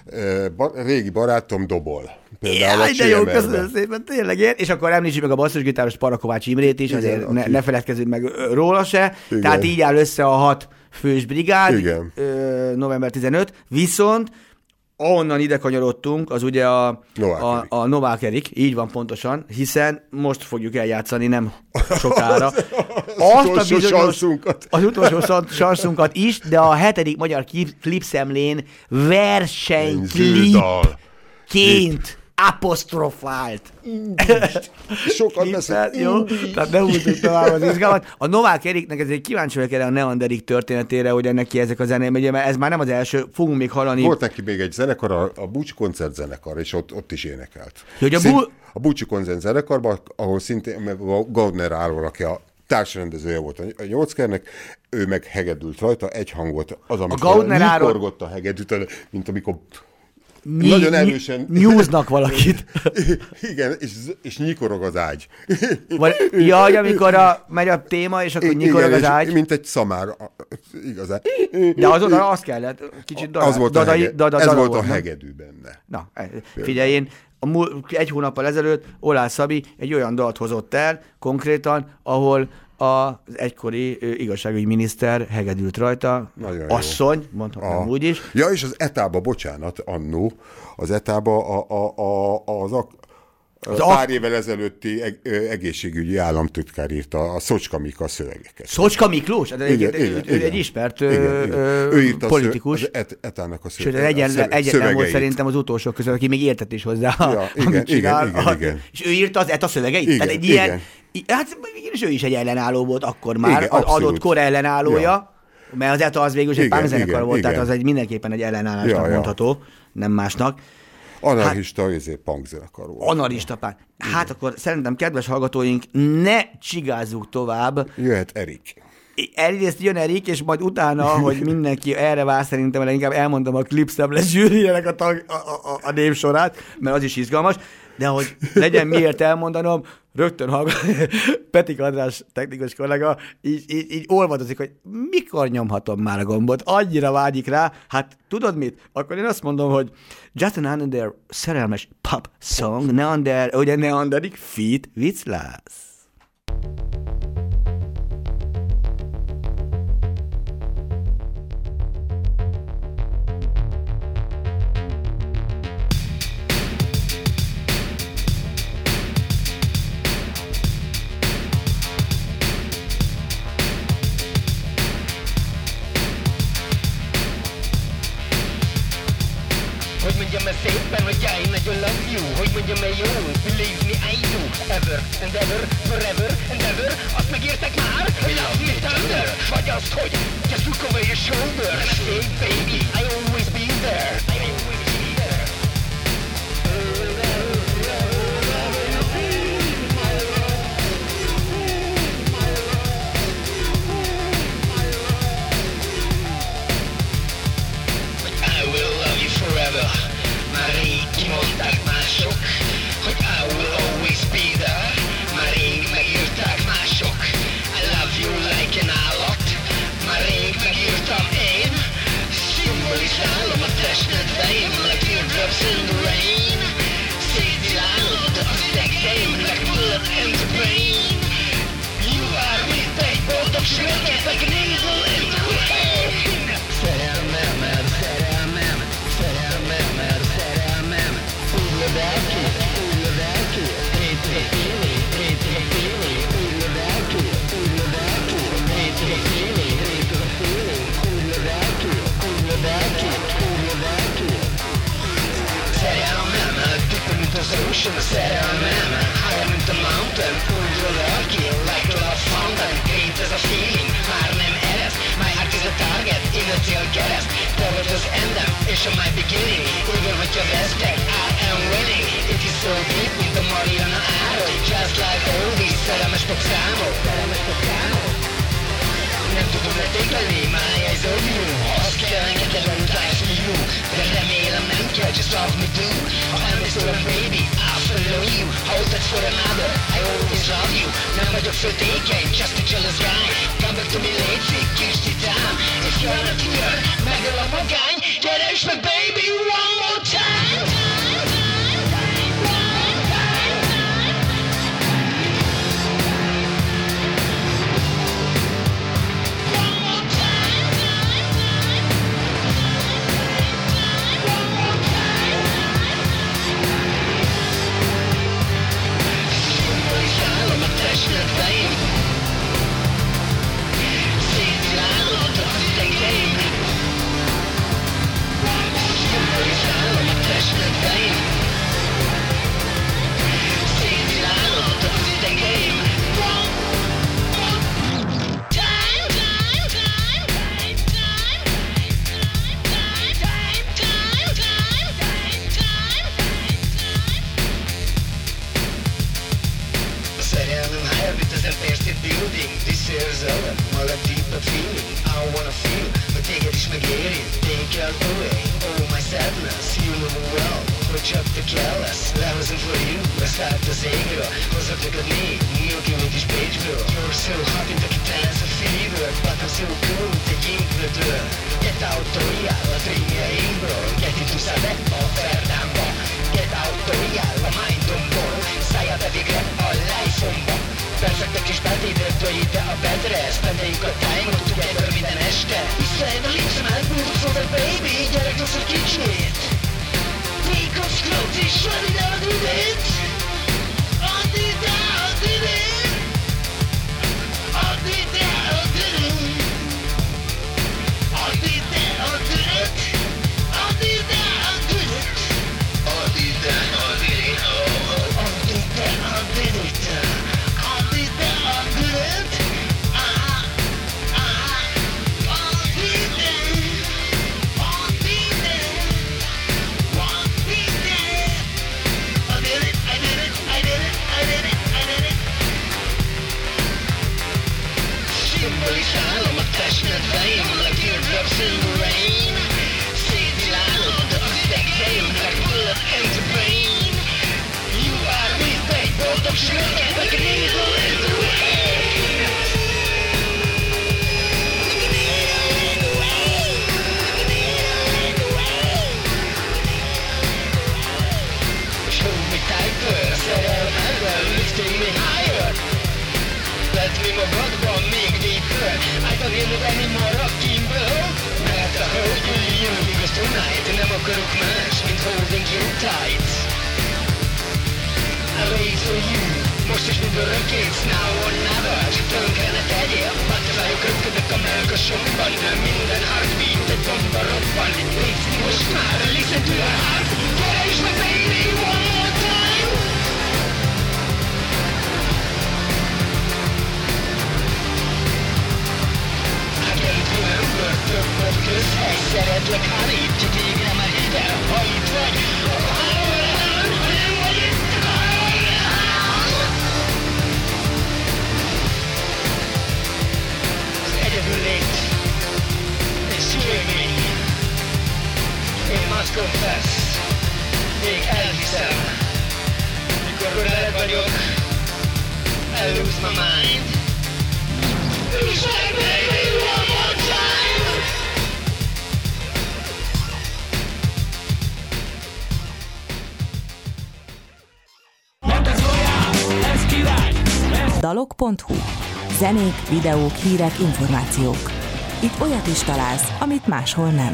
Speaker 2: régi barátom Dobol.
Speaker 4: Jaj, de jó, köszönöm szépen, tényleg ér. És akkor említsük meg a basszusgitáros Parakovács Imrét is, igen, azért ne, ne feledkezzünk meg róla se. Igen. Tehát így áll össze a hat fős brigád, ö, november tizenötödike, viszont ahonnan ide kanyarodtunk, az ugye a Novák, a, a Novák Erik, így van pontosan, hiszen most fogjuk eljátszani nem sokára.
Speaker 2: az Azt utolsó sanszunkat.
Speaker 4: Az utolsó sanszunkat is, de a hetedik magyar klipszemlén versenyklipként apostrofált.
Speaker 2: Sokat beszélt.
Speaker 4: Jó? Tehát ne húzzuk tovább az izgalmat. A Novák Eriknek ezért kíváncsi vagyok erre a Neanderik történetére, hogy neki ezek a zenei, mert ez már nem az első, fogunk még hallani.
Speaker 2: Volt neki még egy zenekar, a, a Bucsi Koncert zenekar, és ott, ott is énekelt.
Speaker 4: Hogy a,
Speaker 2: Szint,
Speaker 4: bu-
Speaker 2: a Bucsi Koncert zenekarban, ahol szintén meg a Gaudner Áron, aki a társrendezője volt a nyolckernek, ő meg hegedült rajta, egy hang volt az, amikor
Speaker 4: a Gaudner Áron...
Speaker 2: a hegedűt, mint amikor
Speaker 4: Ny-
Speaker 2: nagyon erősen...
Speaker 4: Nyúznak valakit.
Speaker 2: Igen, és, és nyikorog az ágy.
Speaker 4: Vagy, jaj, amikor a, megy a téma, és akkor
Speaker 2: Igen,
Speaker 4: nyikorog az ágy.
Speaker 2: mint egy szamár, igazán.
Speaker 4: De azóta azt kellett, kicsit dada,
Speaker 2: az volt
Speaker 4: dada,
Speaker 2: a, hege,
Speaker 4: dada,
Speaker 2: ez
Speaker 4: dada
Speaker 2: volt
Speaker 4: volt,
Speaker 2: a
Speaker 4: nem?
Speaker 2: hegedű benne.
Speaker 4: Na, figyelj, én a múl, egy hónappal ezelőtt Oláh Szabi egy olyan dalt hozott el, konkrétan, ahol az egykori ö, igazságügyi miniszter hegedült rajta.
Speaker 2: Nagyon jó.
Speaker 4: Asszony, mondhatnám úgy is.
Speaker 2: Ja, és az etába, bocsánat, annó, az etába a, a, a, az a,
Speaker 4: Az
Speaker 2: pár
Speaker 4: ak-
Speaker 2: évvel ezelőtti eg, ö, egészségügyi államtitkár írta a Szocska Mika szövegeket.
Speaker 4: Szocska Miklós? Hát egy,
Speaker 2: Igen,
Speaker 4: egy,
Speaker 2: igen,
Speaker 4: ő
Speaker 2: igen.
Speaker 4: egy ismert
Speaker 2: Igen,
Speaker 4: ö,
Speaker 2: igen.
Speaker 4: ö,
Speaker 2: Ő írta
Speaker 4: politikus.
Speaker 2: az et, etának a
Speaker 4: Sőt,
Speaker 2: szövegeit.
Speaker 4: egyen, egyetlen volt szerintem az utolsók között, aki még értett is hozzá,
Speaker 2: Ja, igen,
Speaker 4: amit csinál.
Speaker 2: igen, igen, igen.
Speaker 4: És ő írta az ETA szövegeit?
Speaker 2: Igen,
Speaker 4: Tehát egy ilyen,
Speaker 2: igen.
Speaker 4: i- hát és ő is egy ellenálló volt akkor már,
Speaker 2: Igen,
Speaker 4: az
Speaker 2: abszolút.
Speaker 4: adott kor ellenállója,
Speaker 2: Ja.
Speaker 4: mert az ETA az végül is egy
Speaker 2: Igen,
Speaker 4: pánkzenekar
Speaker 2: igen,
Speaker 4: volt, tehát
Speaker 2: igen.
Speaker 4: az egy mindenképpen egy ellenállásnak
Speaker 2: Ja, ja.
Speaker 4: mondható, nem másnak.
Speaker 2: Anarchista, hát, ezért punkzenekar volt.
Speaker 4: Analista pár. Hát akkor szerintem, kedves hallgatóink, ne csigázzuk tovább.
Speaker 2: Jöhet Erik.
Speaker 4: Egyrészt jön Erik, és majd utána, hogy mindenki erre vár, szerintem inkább elmondom a Clipsable zsűriének a, tag, a, a, a névsorát, mert az is izgalmas, de hogy legyen miért elmondanom, rögtön hallgat, Petik András technikus kollega így, így, így olvadozik, hogy mikor nyomhatom már a gombot, annyira vágyik rá, hát tudod mit? Akkor én azt mondom, hogy Justin Under szerelmes pop song, Neander, ugye Neanderik feat. Viclász.
Speaker 6: Hogy mondjam el szépen, hogy I nagyon love you. Hogy mondjam el jól, believe me I do. Ever and ever, forever and ever. Azt megírtek már, hogy love me thunder. Vagy azt, hogy just look over your shoulder. And I say, baby, I always be there. I always be there. I will love you forever. Már rég kimondták mások, hogy I will always be there. Már rég megírták mások, I love you like an állat. Már rég megírtam én, szimbolizálom a testnedveim, like teardrops in the rain. Szétszilálod az idegheim, like blood in the brain. You are mint egy boldog sürget, like an angel in the rain. Szerelmem, szerelmem, szerelmem, szerelmem. Úgy lövel ki, úgy lövel ki. Hét, hét, féli, hét, hét, féli. Úgy lövel ki, úgy lövel ki. Hét, hét, féli, hét, hét, féli. Úgy lövel ki, úgy lövel ki, úgy lövel ki. Szerelmem, deeper mint az ocean. Szerelmem, higher mint a mountain. Úgy lövel ki, like a love fountain. Great as a feeling, már nem eresz. My heart is a target, in a cél kereszt. Te vagy az endem, és a my beginning. Ugyan, hogyha vesztek, I am winning. It is so deep, mint a Mariana Ároly. Just like oldies, szerelmes pop számok. Szerelmes pop számok. Nem tudom letékelni, my eyes on you. Azt kell engeded, hogy dive for you. De remélem nem kell, just love me do. Ha emlékszel, baby, I'll follow you. Hold that for another, I always love you. Nem vagyok féltékeny, just a jealous guy. Come back to me lately, kicsi time. If you're not here, megöl a magány. Keresd meg, baby, one more time. Szimbolizálom a testnedveim. Szétszilálod az idegheim. Szimbolizálom a testnedveim. Szétszilálod az idegheim. Time, time, time, time, time, time, time, time, time, time, time. Szerelmem higher with az Empire State Building. This year's over, more like deeper feeling. I wanna feel, hogy téged is megérint. Take out away, oh my sadness. You know csak te kell lesz. Lehozom for you, ezt állt az égről. Hozok neked még, Milky Way is Bécsből. You're so hot, mint aki tánc a fever. But I'm so cool, mint egy inkvödör. Get out-tól a trénjeimből. Get into szállek a Ferdámba. Get out-tól a mindomból. Szálljál be végre a life-omba. Perfektek és betétőtől ide a bedre. Spendeljük a time-ot together minden este. Iszleld a lépszem át, move forward baby. Gyerek rossz a kicsit. Take off clothes és run it out with it. On the down with it. On the down with it. On the down with it. On the down with it. On the down with it. On the down with it. On the down with it. Ah, ah. On the down. On the down. On the down. I did it, I did it, I did it, I did it, I did it. Szimbolizálom a testnedveim, like teardrops in the rain. Szétvilálod a idegeimet, bullet in the brain. You are with me, boldogság, like a needle in the rain. Like a needle in the rain. Like a needle in the rain. Show me tighter, szerelmedre, lifting me higher. Let me magadban még deeper. I don't need any more rockingből. Mert a hölgy jön igaz tonight. Nem akarok más, mint holding you tight. I wait for you. Most is mind örökkész, now or never. Csak tönkre ne tegyél. Butterflyok röpködök a melkasomban. De minden heartbeat egy bomba robban. Légy most már, listen to your heart. Gyere is meg baby, one more time. Remember, több volt közhely. Szeretlek, honey, csak égre már ide. Ha itt vagy, nem vagy itt. Az egyedül lét és sürgény. Én must confess, még elhiszem. Mikor veled vagyok, I lose my mind. Lose my baby one more time.
Speaker 5: dalok pont hu. Zenék, videók, hírek, információk. Itt olyat is találsz, amit máshol nem.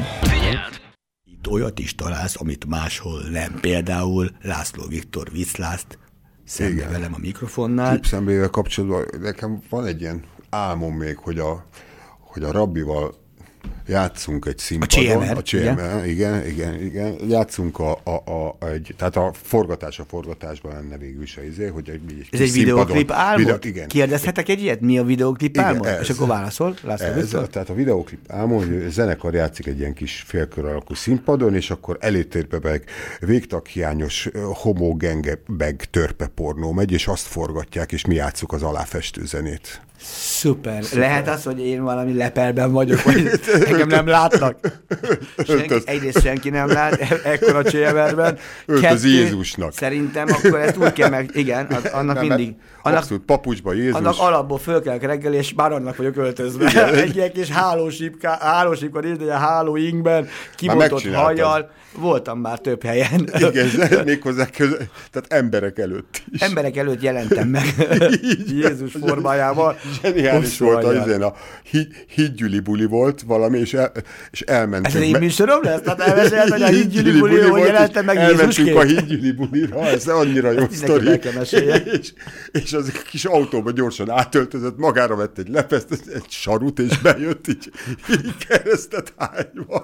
Speaker 4: Itt olyat is találsz, amit máshol nem. Például László Viktor Viszlászt szembe velem a mikrofonnál.
Speaker 2: Klipszemlével kapcsolatban nekem van egy ilyen álmom még, hogy a, hogy a Rabbival játszunk egy színpadon.
Speaker 4: A cé em er,
Speaker 2: a cé em er, igen, igen, igen. Játszunk a, a, a, egy, tehát a forgatás a forgatásban lenne végül is a izé, hogy egy, egy
Speaker 4: ez egy videóklip álmod?
Speaker 2: Videó, igen.
Speaker 4: Kérdezhetek egy ilyet? Mi a videóklip álmod?
Speaker 2: Ez,
Speaker 4: és akkor válaszol, László
Speaker 2: ez,
Speaker 4: Viktor?
Speaker 2: Tehát a videóklip álmod, hogy a zenekar játszik egy ilyen kis félkör alakú színpadon, és akkor előtérbe meg végtaghiányos homo gangbang törpe pornó megy, és azt forgatják, és mi játsszuk az aláfestő zenét.
Speaker 4: Szuper. Szuper. Lehet az, hogy én valami leperben vagyok, vagy engem nem látnak. Senki, egyrészt senki nem lát, ekkora cé em er-ben.
Speaker 2: Öltöz Jézusnak.
Speaker 4: Szerintem akkor ezt úgy kell meg, igen, az, annak nem, mindig. Annak,
Speaker 2: abszolút papucsba Jézus.
Speaker 4: Annak alapból fölkelek reggel, és már annak vagyok öltözve. Igen. Egy ilyen kis hálósípka, hálósípka nézd, egy hálóingben, kibontott hajjal. Voltam már több helyen.
Speaker 2: Igen, méghozzá közel, tehát emberek előtt is.
Speaker 4: Emberek előtt jelentem meg Jézus formájával.
Speaker 2: Zseniális volt, az a hídgyüli buli volt valami, és, el, és elmentünk.
Speaker 4: Ez egy műsorom lesz? Tehát elmesélt, hogy a hídgyüli buli, hogy jelentem meg Jézusként?
Speaker 2: Elmentünk a hídgyüli bulira, ez annyira jó sztori. És, és az egy kis autóba gyorsan átöltözött, magára vett egy lepeszt, egy sarut, és bejött így, így keresztet hányva.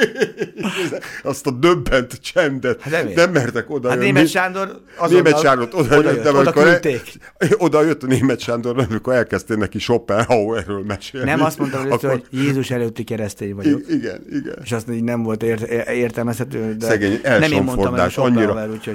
Speaker 2: Azt a döbbent csendet. Hát nem mertek oda
Speaker 4: hát
Speaker 2: jönni.
Speaker 4: Németh Sándor
Speaker 2: Németh Sándor oda, oda jött,
Speaker 4: oda küldték.
Speaker 2: Oda jött a Németh Sándor, amikor elkezdtél neki Schopenhauerről mesélni.
Speaker 4: Nem azt mondtam először, akkor... hogy Jézus előtti keresztény vagyok.
Speaker 2: I- igen, igen.
Speaker 4: És azt így nem volt ért- értelmezhető, de
Speaker 2: szegény
Speaker 4: nem én mondtam el Schopenhauer, úgyhogy...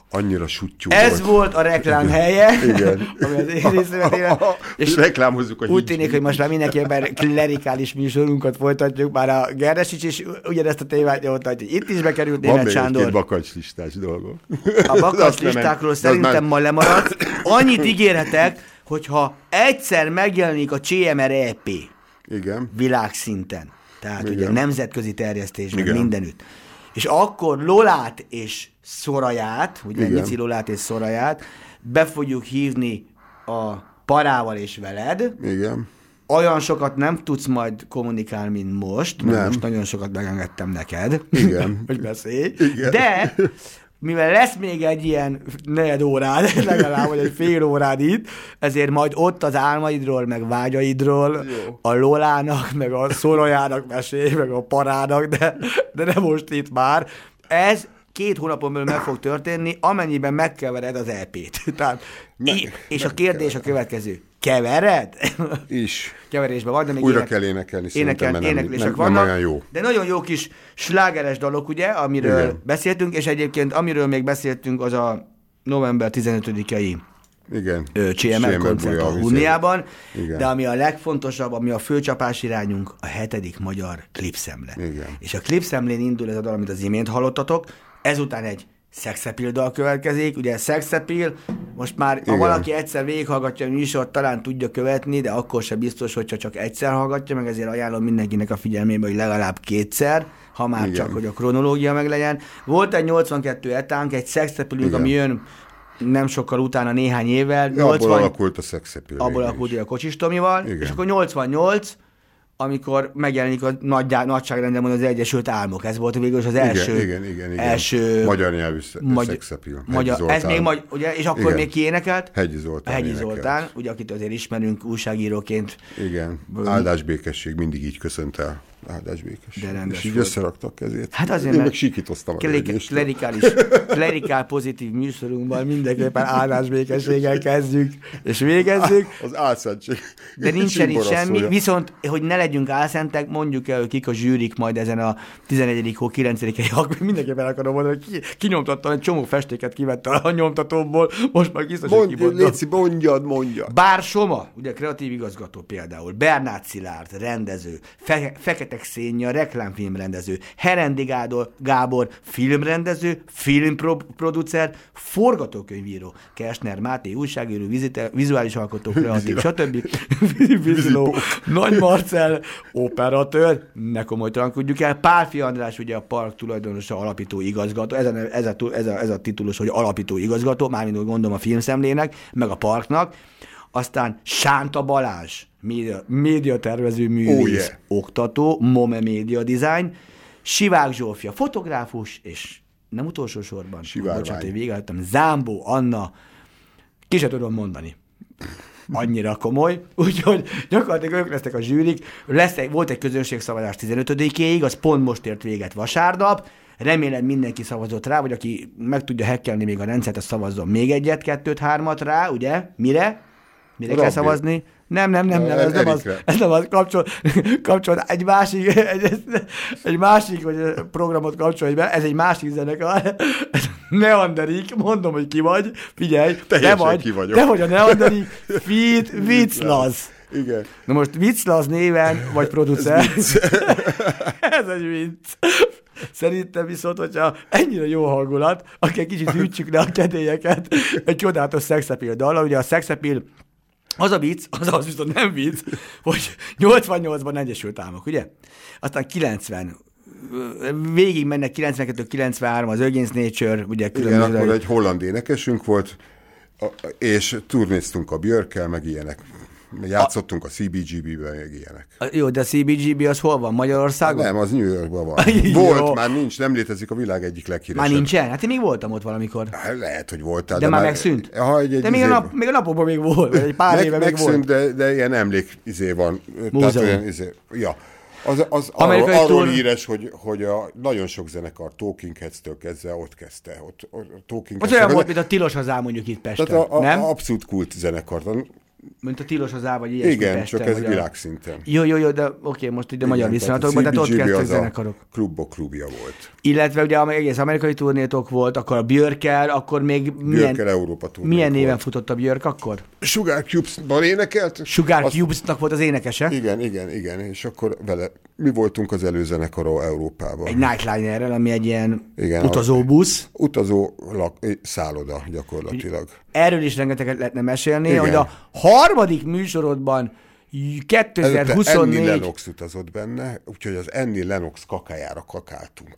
Speaker 2: Annyira suttyú
Speaker 4: Ez
Speaker 2: volt.
Speaker 4: volt a reklám helye,
Speaker 2: Igen.
Speaker 4: ami az én részemet éle, és
Speaker 2: reklámozzuk a
Speaker 4: úgy tűnik, hogy most már mindenképpen klerikális műsorunkat folytatjuk, bár a Geresics is ugyanezt a témát nyomta, hogy itt is bekerült
Speaker 2: Van
Speaker 4: Németh
Speaker 2: még
Speaker 4: Sándor.
Speaker 2: egy-két bakancslistás dolgok.
Speaker 4: A bakanclistákról szerintem ma lemaradt. Annyit ígérhetek, hogyha egyszer megjelenik a cé em er é pé
Speaker 2: Igen.
Speaker 4: világszinten, tehát
Speaker 2: Igen.
Speaker 4: ugye nemzetközi terjesztésben
Speaker 2: Igen.
Speaker 4: mindenütt, és akkor Lolát és Szoraját, ugye
Speaker 2: Igen.
Speaker 4: Mici Lolát és Szoraját be fogjuk hívni a Parával és veled.
Speaker 2: Igen.
Speaker 4: Olyan sokat nem tudsz majd kommunikálni, mint most, mert
Speaker 2: Nem.
Speaker 4: most nagyon sokat megengedtem neked,
Speaker 2: Igen.
Speaker 4: hogy beszélj,
Speaker 2: Igen.
Speaker 4: de mivel lesz még egy ilyen negyed órád, legalább, vagy egy fél órád itt, ezért majd ott az álmaidról, meg vágyaidról,
Speaker 2: Jó.
Speaker 4: a Lolának, meg a Szorojának mesélj, meg a Parának, de, de nem most itt már. Ez két hónapon belül meg fog történni, amennyiben megkevered az é pét. Tehát,
Speaker 2: Meg-
Speaker 4: i- és a kérdés a következő. Kevered?
Speaker 2: Is.
Speaker 4: Keverésben vagy, de még
Speaker 2: Újra
Speaker 4: ének-
Speaker 2: kell énekelni,
Speaker 4: énekel,
Speaker 2: szerintem, mert nem,
Speaker 4: éneklések
Speaker 2: nem,
Speaker 4: vannak,
Speaker 2: nem olyan jó.
Speaker 4: de nagyon jó kis slágeres dalok, ugye, amiről
Speaker 2: Igen.
Speaker 4: beszéltünk, és egyébként amiről még beszéltünk, az a november tizenötödikei
Speaker 2: Igen.
Speaker 4: cé em er koncert a
Speaker 2: buja,
Speaker 4: Hunniában,
Speaker 2: Igen.
Speaker 4: de ami a legfontosabb, ami a főcsapás irányunk, a hetedik magyar klipszemle.
Speaker 2: Igen.
Speaker 4: És a klipszemlén indul ez a dal, amit az imént hallottatok, ezután egy Sex Appeal dal következik, ugye Sex Appeal, most már, ha
Speaker 2: Igen.
Speaker 4: valaki egyszer végighallgatja a műsort, talán tudja követni, de akkor sem biztos, hogyha csak egyszer hallgatja, meg ezért ajánlom mindenkinek a figyelmébe, hogy legalább kétszer, ha már
Speaker 2: Igen.
Speaker 4: csak, hogy a kronológia meg legyen. Volt egy nyolcvankettő etánk, egy Sex Appeal,
Speaker 2: Igen.
Speaker 4: ami jön nem sokkal utána néhány évvel.
Speaker 2: Ja, abból alakult a Sex Appeal.
Speaker 4: abból
Speaker 2: végül
Speaker 4: alakult
Speaker 2: is.
Speaker 4: a Kocsis Tomival,
Speaker 2: Igen.
Speaker 4: és akkor nyolcvannyolc, amikor megjelenik a nagy, nagyságrendben az Egyesült Álmok. Ez volt végül is az első...
Speaker 2: Igen, igen, igen, igen.
Speaker 4: első
Speaker 2: Magyar nyelvű sz-
Speaker 4: magy-
Speaker 2: Sex Appeal.
Speaker 4: magyar,
Speaker 2: Hegyi
Speaker 4: ez
Speaker 2: Zoltán.
Speaker 4: még magy, ugye, és akkor
Speaker 2: Igen.
Speaker 4: még ki énekelt?
Speaker 2: Hegyi Zoltán
Speaker 4: Hegyi
Speaker 2: énekelt.
Speaker 4: Zoltán, ugye, akit azért ismerünk újságíróként.
Speaker 2: Igen. Áldás békesség, mindig így köszönt el. Áldás békesség.
Speaker 4: De rendes
Speaker 2: És így
Speaker 4: volt.
Speaker 2: összeraktak kezét.
Speaker 4: Hát azért,
Speaker 2: Én
Speaker 4: mert
Speaker 2: meg sikítoztam a
Speaker 4: Klerik-
Speaker 2: rögést.
Speaker 4: klerikális, klerikál pozitív műsorunkban mindenképpen áldásbékességgel kezdjük, és végezzük.
Speaker 2: Az álszentség.
Speaker 4: De nincsen itt semmi,
Speaker 2: Simboraszolja.
Speaker 4: viszont, hogy ne legyünk álszentek, mondjuk el, hogy kik a zsűrik majd ezen a tizenegyedik hó kilencedikei akkor mindenképpen akarom mondani, hogy ki, kinyomtattam, egy csomó festéket kivette a nyomtatóból, most már biztos, hogy
Speaker 2: Mondj,
Speaker 4: kimondom.
Speaker 2: Léci, mondjad, mondjad.
Speaker 4: Bár Soma, ugye kreatív igazgató például, Bernát Szilárd, rendező, Fe- Fekete Xénia, reklámfilmrendező, Herendi Gábor, Gábor, filmrendező, filmproducer, forgatókönyvíró, Kersner Máté, újságíró, vizite, vizuális alkotó, kreatív, stb. Viziló, Nagy Marcell, operatőr, ne komolytalankodjuk el, Pálfi András, ugye a park tulajdonosa, alapító igazgató, ez a, ez a, ez a, ez a titulus, hogy alapító igazgató, mármint úgy gondolom a filmszemlének, meg a parknak, aztán Sánta Balázs, média, médiatervező művész,
Speaker 2: Oh, yeah.
Speaker 4: oktató, Mome Média Design, Sivák Zsófia, fotográfus, és nem utolsó sorban,
Speaker 2: Sivárvány.
Speaker 4: bocsánat, én végigláttam, Zámbó Anna, ki se tudom mondani. Annyira komoly, úgyhogy gyakorlatilag ők lesznek a zsűrik. Lesz egy, volt egy közönségszavazás tizenötödikéig, az pont most ért véget vasárnap. Remélem mindenki szavazott rá, vagy aki meg tudja hackelni még a rendszert, az szavazzon még egyet, kettőt, hármat rá, ugye? Mire? Mire kell
Speaker 2: Rabbi.
Speaker 4: szavazni? Nem, nem, nem, nem, ez nem az,
Speaker 2: Erikre.
Speaker 4: ez nem az, kapcsol, kapcsol egy másik, egy, egy másik hogy programot kapcsolj be, ez egy másik zenekar, Neanderik, mondom, hogy ki vagy, figyelj,
Speaker 2: Teljesen
Speaker 4: te vagy,
Speaker 2: ki vagyok.
Speaker 4: te vagy a Neanderik, Feed Viclaz.
Speaker 2: Igen.
Speaker 4: Na most Viclaz néven, vagy producer. Ez egy vicc. Szerintem viszont, hogyha ennyire jó hangulat, akkor egy kicsit hűtsük le a kedélyeket egy csodálatos Sex Appeal dallal. Ugye a Sex Appeal az a vicc, az az viszont nem vicc, hogy nyolcvannyolcban Egyesült Államok, ugye? Aztán kilencven, végig mennek kilencvenkettő kilencvenhárom az Against Nature, ugye
Speaker 2: Igen,
Speaker 4: különböző...
Speaker 2: akkor egy holland énekesünk volt, a- és turnéztunk a Björkkel, meg ilyenek. Játszottunk a cé bé gé bé-ben, meg ilyenek.
Speaker 4: Jó, de a cé bé gé bé az hol van? Magyarországon?
Speaker 2: Nem, az New Yorkban van.
Speaker 4: Jó.
Speaker 2: Volt, már nincs, nem létezik, a világ egyik leghíresebb.
Speaker 4: Már nincsen? Hát én még voltam ott valamikor.
Speaker 2: Hát lehet, hogy voltál.
Speaker 4: De, de már megszűnt?
Speaker 2: Ha egy, egy
Speaker 4: de még a,
Speaker 2: izé-
Speaker 4: nap, még a napokban még volt, vagy egy pár
Speaker 2: meg,
Speaker 4: éve még
Speaker 2: megszűnt,
Speaker 4: volt.
Speaker 2: de, de ilyen emlék izé van.
Speaker 4: Múzeum.
Speaker 2: Tehát olyan izé, ja. Az, az
Speaker 4: Amerikai
Speaker 2: arról, arról
Speaker 4: túr-
Speaker 2: híres, hogy, hogy a nagyon sok zenekar Talking Heads-től kezdve ott kezdte. Ott, ott, Talking
Speaker 4: Az
Speaker 2: Heads-
Speaker 4: olyan volt, mint a Tilos Hazám mondjuk itt Pesten,
Speaker 2: Tehát a, a,
Speaker 4: nem?
Speaker 2: abszolút kult zenekar.
Speaker 4: mint a Tilos az Á, vagy ilyesmi.
Speaker 2: Igen,
Speaker 4: Pesten,
Speaker 2: csak ez
Speaker 4: vagy a...
Speaker 2: világszinten.
Speaker 4: Jó, jó, jó, de oké, okay, most ide magyar viszonylatokban, tehát ott kezdtek zenekarok.
Speaker 2: Klubok klubja volt.
Speaker 4: Illetve ugye egész amerikai turnétok volt, akkor a Björkkel, akkor még milyen,
Speaker 2: Európa
Speaker 4: milyen néven
Speaker 2: volt.
Speaker 4: futott a Björk akkor?
Speaker 2: Sugar Cubes-ban énekelt.
Speaker 4: Sugar
Speaker 2: Azt...
Speaker 4: Cubes-nak volt az énekese?
Speaker 2: Igen, igen, igen, és akkor vele, mi voltunk az előzenekaró Európában.
Speaker 4: Egy Nightlinerrel, ami egy ilyen
Speaker 2: igen,
Speaker 4: utazóbusz.
Speaker 2: Utazó lak, szálloda gyakorlatilag.
Speaker 4: Erről is rengeteget lehetne mesélni,
Speaker 2: igen.
Speaker 4: hogy a harmadik műsorodban kétezer-huszonnégy...
Speaker 2: Annie Lennox utazott benne, úgyhogy az Annie Lennox kakájára kakáltunk.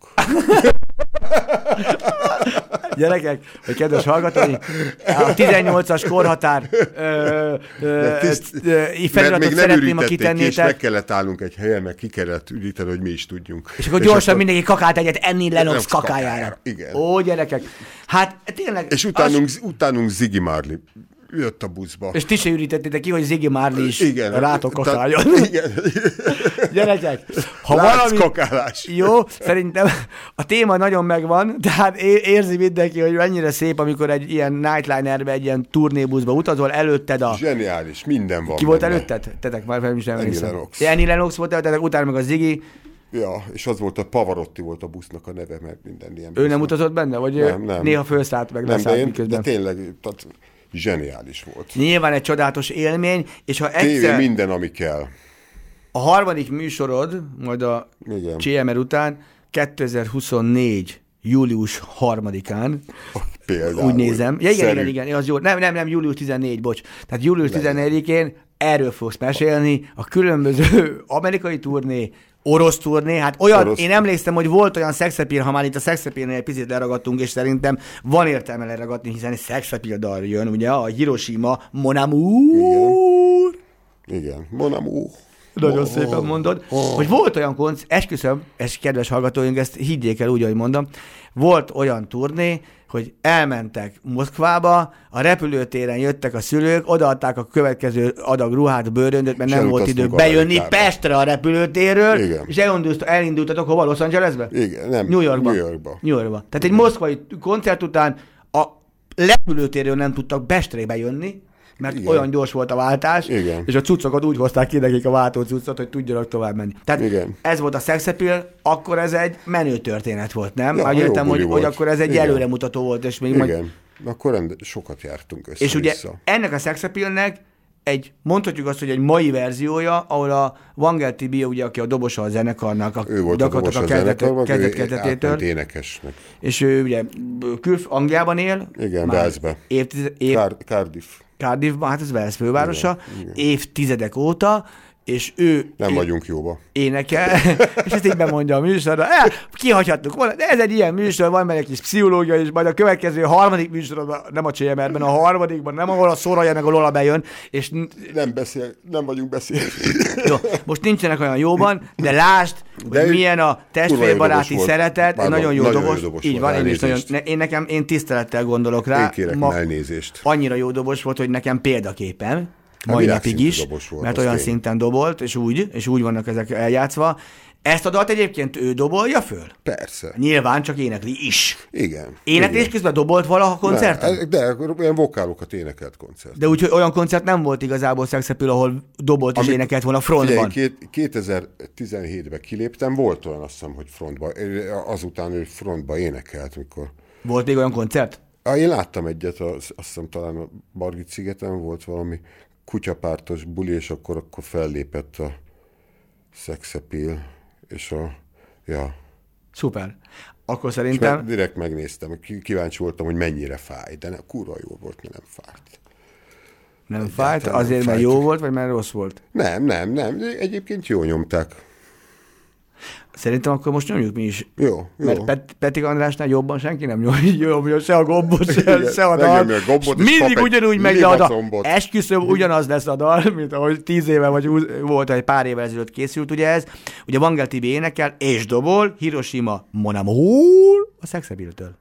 Speaker 4: Gyerekek, vagy kedves hallgatói, a tizennyolcas korhatár ö, ö,
Speaker 2: tiszt,
Speaker 4: ö, feliratot szeretném, ha kitennétek.
Speaker 2: És meg kellett állnunk egy helyen, meg ki kellett ügyíteni, hogy mi is tudjunk.
Speaker 4: És akkor és gyorsan akkor... mindenki kakált egyet Annie Lennox kakájára. kakájára.
Speaker 2: Igen.
Speaker 4: Ó, gyerekek. Hát tényleg...
Speaker 2: És utánunk, az... utánunk Ziggy Marley jött a buszba.
Speaker 4: És ti se ürítettétek ki, hogy Ziggy Marley is igen, rátok kakáljon.
Speaker 2: Igen.
Speaker 4: Gyerekek, ha
Speaker 2: Látsz
Speaker 4: valami...
Speaker 2: kakálás.
Speaker 4: Jó, szerintem a téma nagyon megvan, tehát érzi mindenki, hogy mennyire szép, amikor egy ilyen Nightlinerbe, egy ilyen turnébuszba utazol, előtted a...
Speaker 2: Zseniális, minden van.
Speaker 4: Ki volt előtted? Tetek már fel is nem
Speaker 2: Annie Lennox.
Speaker 4: Annie Lennox volt előttetek, utána meg a Ziggy.
Speaker 2: Ja, és az volt a Pavarotti volt a busznak a neve, mert minden ilyen.
Speaker 4: Ő
Speaker 2: busznak.
Speaker 4: nem utazott benne? Vagy
Speaker 2: nem, nem.
Speaker 4: Néha felszállt meg
Speaker 2: nem, de, én,
Speaker 4: miközben?
Speaker 2: de tényleg, tehát zseniális volt.
Speaker 4: Nyilván egy csodálatos élmény, és ha egyszer...
Speaker 2: Tévé minden, ami kell.
Speaker 4: A harmadik műsorod, majd a cé em er után, kétezer-huszonnégy július harmadikán,
Speaker 2: Például.
Speaker 4: úgy nézem. Ja, igen, igen, igen, az jó. Nem, nem, nem, július tizennégy, bocs. Tehát július tizennégyedikén erről fogsz mesélni, a különböző amerikai turné, orosz turné, hát olyan, orosz. Én emlékszem, hogy volt olyan Sex Appeal, ha már itt a Sex Appeal-nél egy picit leragadtunk, és szerintem van értelme leragadni, hiszen egy Sex Appeal dal jön, ugye, a Hiroshima Mon Amour.
Speaker 2: Igen, Igen. Mon Amour.
Speaker 4: Nagyon oh, szépen mondod, oh. hogy volt olyan koncert, esküszöm, és kedves hallgatóink, ezt higgyék el úgy, ahogy mondom, volt olyan turné, hogy elmentek Moszkvába, a repülőtéren jöttek a szülők, odaadták a következő adag ruhát, bőröndöt, mert nem volt idők bejönni Pestre a repülőtérről, igen. És elindult, elindultatok hova, Los Angelesbe?
Speaker 2: Igen, nem,
Speaker 4: New Yorkba.
Speaker 2: New Yorkba.
Speaker 4: New Yorkba. Tehát igen. Egy moszkvai koncert után a repülőtérről nem tudtak Pestre bejönni, mert igen. Olyan gyors volt a váltás, igen. És a cuccokat úgy hozták ki nekik a váltó cuccot, hogy tudjanak tovább menni. Tehát igen. Ez volt a Sex Appeal, akkor ez egy menő történet volt, nem? Ja, értem, hogy, hogy akkor ez egy igen. Előremutató volt, és még
Speaker 2: igen.
Speaker 4: Majd...
Speaker 2: Akkor rend... sokat jártunk össze.
Speaker 4: És ugye ennek a Sex Appealnek egy, mondhatjuk azt, hogy egy mai verziója, ahol a Vangel Tibi, ugye, aki a dobosa a zenekarnak, a,
Speaker 2: ő volt a dobos a zenekarnak,
Speaker 4: kezdet-kezdetétől.
Speaker 2: Énekesnek.
Speaker 4: És ő ugye külf Angliában él.
Speaker 2: Igen, Walesbe.
Speaker 4: Évtize... Év...
Speaker 2: Car- Cardiff.
Speaker 4: Cardiffban, hát ez Wales fővárosa, igen, igen. Évtizedek óta, és ő...
Speaker 2: Nem
Speaker 4: ő
Speaker 2: vagyunk jóba.
Speaker 4: Énekel, és ezt így bemondja a műsorra. Eh, kihagyhattuk volna, de ez egy ilyen műsor, van meg egy kis pszichológia, és majd a következő harmadik műsorban, nem a cé em er-ben, a harmadikban, nem ahol a Soraya meg a Lola bejön, és...
Speaker 2: Nem beszél, nem vagyunk beszélni.
Speaker 4: Jó, most nincsenek olyan jóban, de lásd, de hogy milyen a testvérbaráti szeretet, egy nagyon jó
Speaker 2: nagyon
Speaker 4: dobos,
Speaker 2: jó dobos
Speaker 4: így van, én is nagyon, én nekem, én tisztelettel gondolok rá.
Speaker 2: Én kérek ma elnézést.
Speaker 4: Annyira jó dobos volt, hogy nekem példaképem. Mai napig is, volt, mert olyan én. Szinten dobolt, és úgy, és úgy vannak ezek eljátszva. Ezt a dalt egyébként ő dobolja föl?
Speaker 2: Persze.
Speaker 4: Nyilván csak énekli is.
Speaker 2: Igen.
Speaker 4: Éneklés igen. Közben dobolt valaha koncerten?
Speaker 2: Ne, de olyan vokálokat énekelt koncert.
Speaker 4: De úgyhogy olyan koncert nem volt igazából Sex Appeal, ahol dobolt és Ami, énekelt volna frontban.
Speaker 2: Figyelj, kétezer-tizenhétben kiléptem, volt olyan, azt hiszem, hogy frontban, azután ő frontban énekelt, mikor...
Speaker 4: Volt még olyan koncert?
Speaker 2: Ah, én láttam egyet, az, azt hiszem talán a Margit szigeten volt valami kutyapártos buli, és akkor, akkor fellépett a Sex Appeal, és a... Ja.
Speaker 4: Szuper. Akkor szerintem...
Speaker 2: És direkt megnéztem, kíváncsi voltam, hogy mennyire fáj, de ne, kurva jó volt, mert nem fájt.
Speaker 4: Nem Egyáltalán fájt? Azért, mert jó volt, vagy mert rossz volt?
Speaker 2: Nem, nem, nem. Egyébként jól nyomták.
Speaker 4: Szerintem akkor most nyomjuk mi is.
Speaker 2: Jó, jó.
Speaker 4: Mert Pet- Petik Andrásnál jobban senki nem nyomja se a gombot, se, se a dal.
Speaker 2: A gombot,
Speaker 4: mindig ugyanúgy megy a dal. Esküszöm, ugyanaz lesz a dal, mint ahogy tíz éve vagy volt, egy pár évvel ezelőtt készült ugye ez. Ugye Vangel Tibi énekel és dobol, Hiroshima Mon Amour a Sex Appeal-től.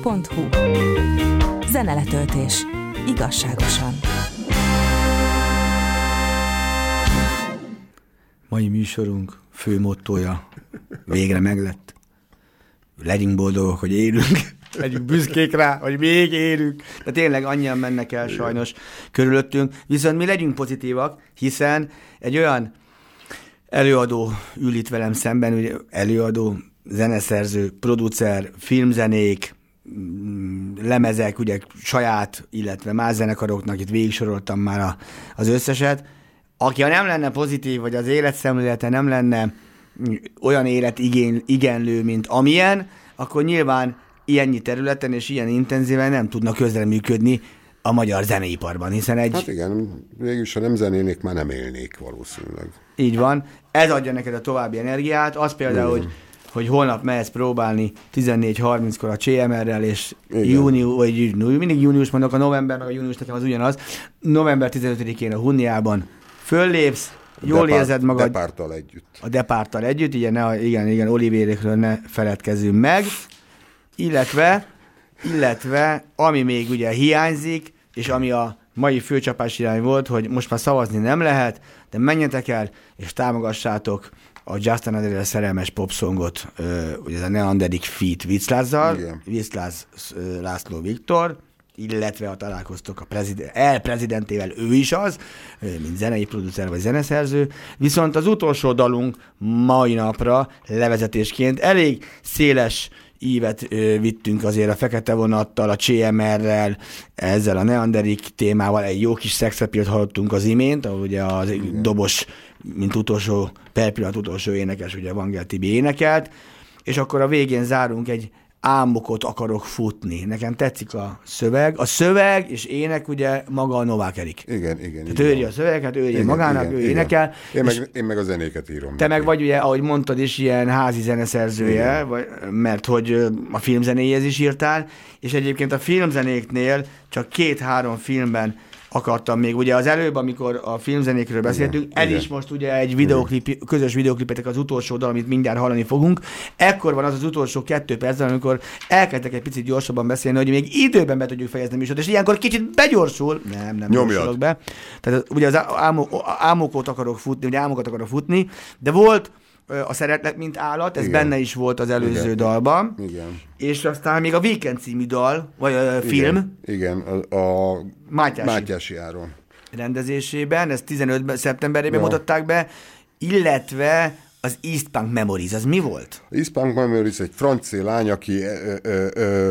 Speaker 5: pont hu. Zeneletöltés. Igazságosan.
Speaker 4: Mai műsorunk fő mottója végre meglett. Legyünk boldogok, hogy élünk. Legyünk büszkék rá, hogy még élünk. De tényleg annyian mennek el sajnos körülöttünk. Viszont mi legyünk pozitívak, hiszen egy olyan előadó ül itt velem szemben, ugye előadó, zeneszerző, producer, filmzenék, lemezek, ugye saját, illetve más zenekaroknak, itt végig soroltam már a, az összeset. Aki ha nem lenne pozitív, vagy az életszemlélete nem lenne olyan életigenlő, mint amilyen, akkor nyilván ilyennyi területen és ilyen intenzíven nem tudna közreműködni a magyar zeneiparban, hiszen egy...
Speaker 2: Hát igen, végülis ha nem zenélnék, már nem élnék valószínűleg.
Speaker 4: Így van. Ez adja neked a további energiát. Az például, hogy, hogy holnap mehetsz próbálni tizennégy harminckor a cé em er-rel, és június, vagy mindig június mondok, a november, meg a június nekem az ugyanaz. november tizenötödikén a Hunniában föllépsz, jól
Speaker 2: Depart,
Speaker 4: érzed magad.
Speaker 2: Depárttal együtt.
Speaker 4: A Depárttal együtt, igen, ne, igen, igen, Olivérékről ne feledkezzünk meg. Illetve, illetve, ami még ugye hiányzik, és ami a mai főcsapás irány volt, hogy most már szavazni nem lehet, de menjetek el, és támogassátok a Just Another szerelmes popszongot, ugye ez a Neanderik feat Viclázzal, Vicláz László Viktor, illetve ha találkoztok a prezident, el prezidentével, ő is az, mint zenei producer vagy zeneszerző, viszont az utolsó dalunk mai napra levezetésként elég széles ívet ö, vittünk azért a Fekete Vonattal, a cé em er-rel, ezzel a Neanderik témával, egy jó kis szexapilt hallottunk az imént, ahol ugye az igen. dobos, mint utolsó, per pillanat utolsó énekes, ugye Vangel Tibi énekelt, és akkor a végén zárunk egy Álmokot akarok futni. Nekem tetszik a szöveg. A szöveg és ének ugye maga a Novák Erik.
Speaker 2: Igen, igen.
Speaker 4: Tehát ő írja a szövegeket, ő írja magának, igen, ő igen. énekel.
Speaker 2: Én meg, én meg a zenéket írom.
Speaker 4: Te meg vagy ugye, ahogy mondtad is, ilyen házi zeneszerzője, vagy, mert hogy a filmzenéjéhez is írtál, és egyébként a filmzenéknél csak két-három filmben akartam még. Ugye az előbb, amikor a filmzenékről beszéltünk, igen, ez igen. is most ugye egy videoklip, közös videoklipetek az utolsó dal, amit mindjárt hallani fogunk. Ekkor van az az utolsó kettő percben, amikor elkezdtek egy picit gyorsabban beszélni, hogy még időben be tudjuk fejezni a műsort, és ilyenkor kicsit begyorsul. Nem, nem
Speaker 2: Nyomjad.
Speaker 4: gyorsulok be. Tehát ugye az álmok, álmokat akarok futni, ugye álmokat akarok futni, de volt a Szeretlek, mint állat, ez igen. benne is volt az előző igen. dalban. Igen. És aztán még a Weekend című dal, vagy a film.
Speaker 2: Igen, igen. a, a
Speaker 4: Mátyási.
Speaker 2: Mátyási Áron
Speaker 4: rendezésében, ezt tizenöt szeptemberében ja. mutatták be, illetve az East Punk Memories, az mi volt?
Speaker 2: East Punk Memories egy francia lány, aki ö, ö, ö,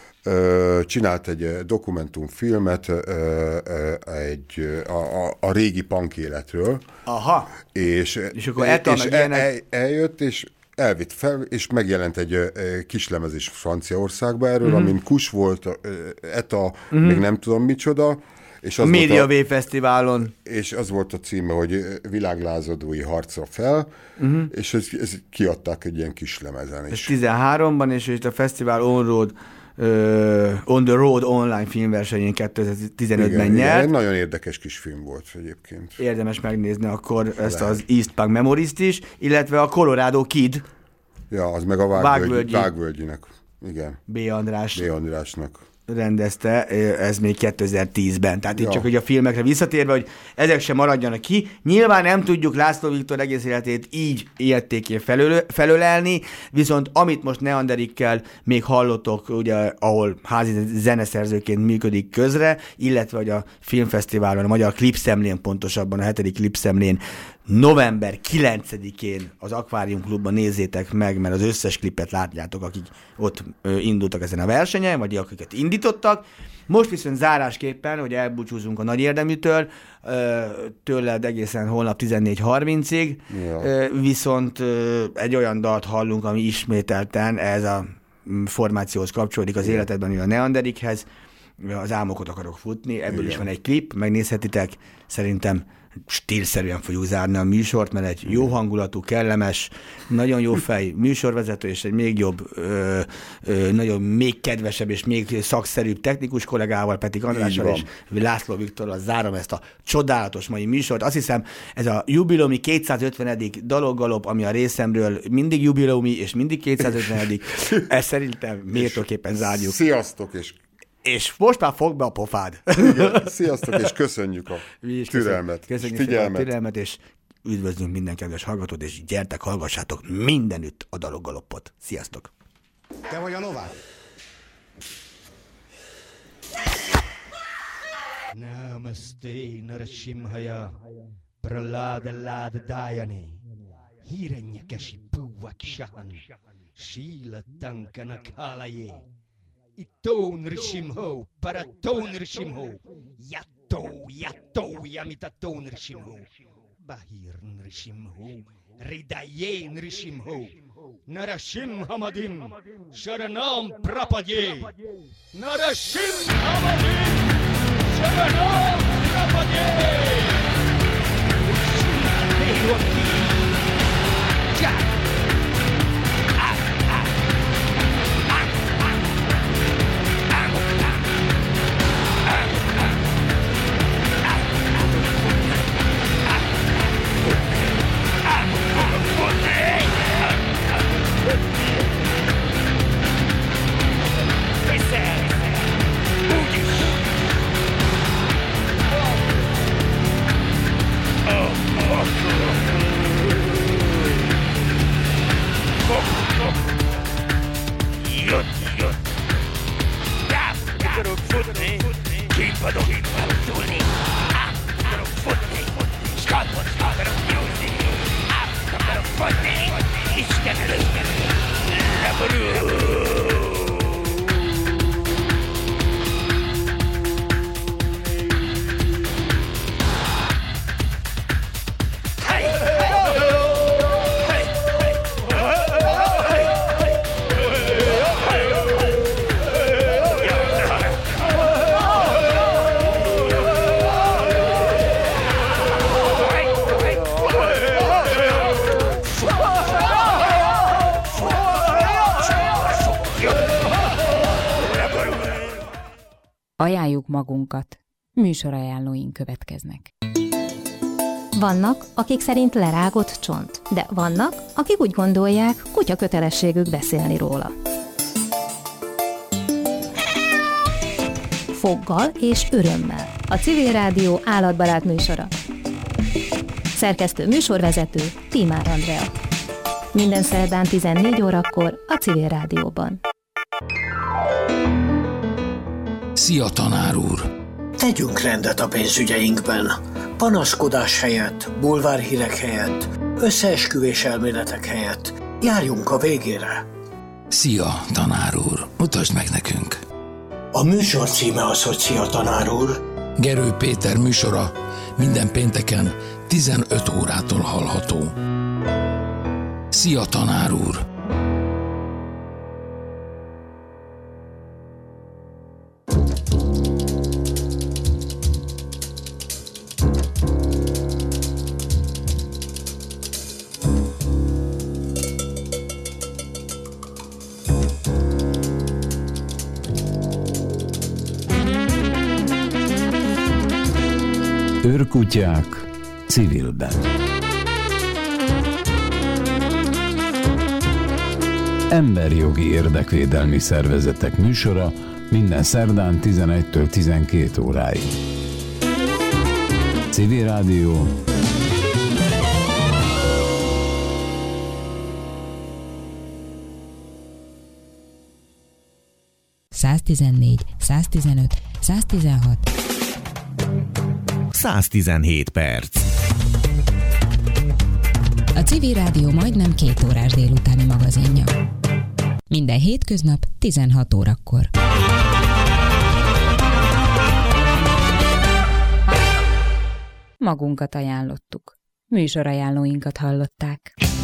Speaker 2: ö, csinált egy dokumentumfilmet ö, ö, egy, a, a, a régi punk életről.
Speaker 4: Aha.
Speaker 2: És,
Speaker 4: és akkor és
Speaker 2: el, ilyenek... el, eljött, és elvitt fel, és megjelent egy ö, kislemez is Franciaországba erről, uh-huh. amin Kus volt, ö, Eta, uh-huh. még nem tudom micsoda. És az
Speaker 4: a Media Wave Fesztiválon.
Speaker 2: És az volt a címe, hogy Világlázadói harcra fel, uh-huh. és ezt, ezt kiadták egy ilyen kis lemezen is.
Speaker 4: Ez tizenháromban, és itt a fesztivál On Road, uh, On the Road online filmversenyén kétezer-tizenötben nyert.
Speaker 2: Igen, nagyon érdekes kis film volt egyébként.
Speaker 4: Érdemes megnézni akkor ezt Lehet. az East Punk Memories-t is, illetve a Colorado Kid.
Speaker 2: Ja, az meg a Vágvölgyi, Vágvölgyinek. Igen.
Speaker 4: B. András.
Speaker 2: B. Andrásnak
Speaker 4: rendezte, ez még kétezer-tízben. Tehát
Speaker 2: ja.
Speaker 4: itt csak ugye a filmekre visszatérve, hogy ezek sem maradjanak ki. Nyilván nem tudjuk László Viktor egész életét így értékén felöl, felölelni, viszont amit most Neanderikkel még hallottok, ugye, ahol házi zeneszerzőként működik közre, illetve hogy a filmfesztiválon, a Magyar Klipszemlén, pontosabban a hetedik Klipszemlén november kilencedikén az Akvárium Klubban nézzétek meg, mert az összes klipet látjátok, akik ott ö, indultak ezen a versenyen, vagy akiket indítottak. Most viszont zárásképpen, hogy elbúcsúzunk a nagy érdeműtől, ö, tőled egészen holnap tizennégy harmincig, ja. ö, viszont ö, egy olyan dalt hallunk, ami ismételten ez a formációhoz kapcsolódik az életedben, a Neanderikhez, az Álmokot akarok futni, ebből Igen. is van egy klip, megnézhetitek, szerintem stílszerűen fogjuk zárni a műsort, mert egy jó hangulatú, kellemes, nagyon jó fej műsorvezető, és egy még jobb, ö, ö, nagyon még kedvesebb és még szakszerűbb technikus kollégával, Petik Andrással és László Viktorral zárom ezt a csodálatos mai műsort. Azt hiszem, ez a jubileumi kétszázötvenedik daloggalop, ami a részemről mindig jubileumi és mindig kétszázötvenedik ezt szerintem méltóképpen zárjuk.
Speaker 2: Sziasztok, és
Speaker 4: És most már fogd be a pofád.
Speaker 2: igen, sziasztok, és köszönjük a
Speaker 4: is
Speaker 2: türelmet,
Speaker 4: köszönjük,
Speaker 2: és
Speaker 4: köszönjük a türelmet, és üdvözlünk minden kedves hallgatót, és gyertek, hallgassátok mindenütt a daloggalopot. Sziasztok!
Speaker 7: Te vagy a Novák? Namaste Narasimhaya Pralada Lada Dayani Hiranyakashi Puvakshan Shila Tankana Kalaye Ito Nrishimho Parato Nrishimho Yato Yato Yamitato Nrishimho Bahir Nrishimho Ridaye Nrishimho Narashim Hamadim Sharanam Prapadye Narashim Hamadim Sharanam Prapadye Jack
Speaker 8: Ajánljuk magunkat. Műsorajánlóink következnek.
Speaker 9: Vannak, akik szerint lerágott csont, de vannak, akik úgy gondolják, kutya kötelességük beszélni róla. Foggal és örömmel. A Civil Rádió állatbarát műsora. Szerkesztő műsorvezető Tímár Andrea. Minden szerdán tizennégy órakor a Civil Rádióban.
Speaker 10: Szia, tanár úr!
Speaker 11: Tegyünk rendet a pénzügyeinkben. Panaszkodás helyett, bulvárhírek helyett, összeesküvés elméletek helyett. Járjunk a végére.
Speaker 10: Szia, tanár úr! Mutasd meg nekünk!
Speaker 11: A műsor címe az, hogy Szia, tanár úr.
Speaker 10: Gerő Péter műsora minden pénteken tizenöt órától hallható. Szia, tanár úr!
Speaker 12: Őrkutyák civilben. Emberjogi érdekvédelmi szervezetek műsora minden szerdán tizenegytől tizenkét óráig. Civil Rádió.
Speaker 8: száztizennégy, száztizenöt, száztizenhat
Speaker 13: száztizenhét perc.
Speaker 8: A Civil Rádió majdnem két órás délutáni magazinja. Minden hétköznap tizenhat órakor. Magunkat ajánlottuk. Műsorajánlóinkat hallották.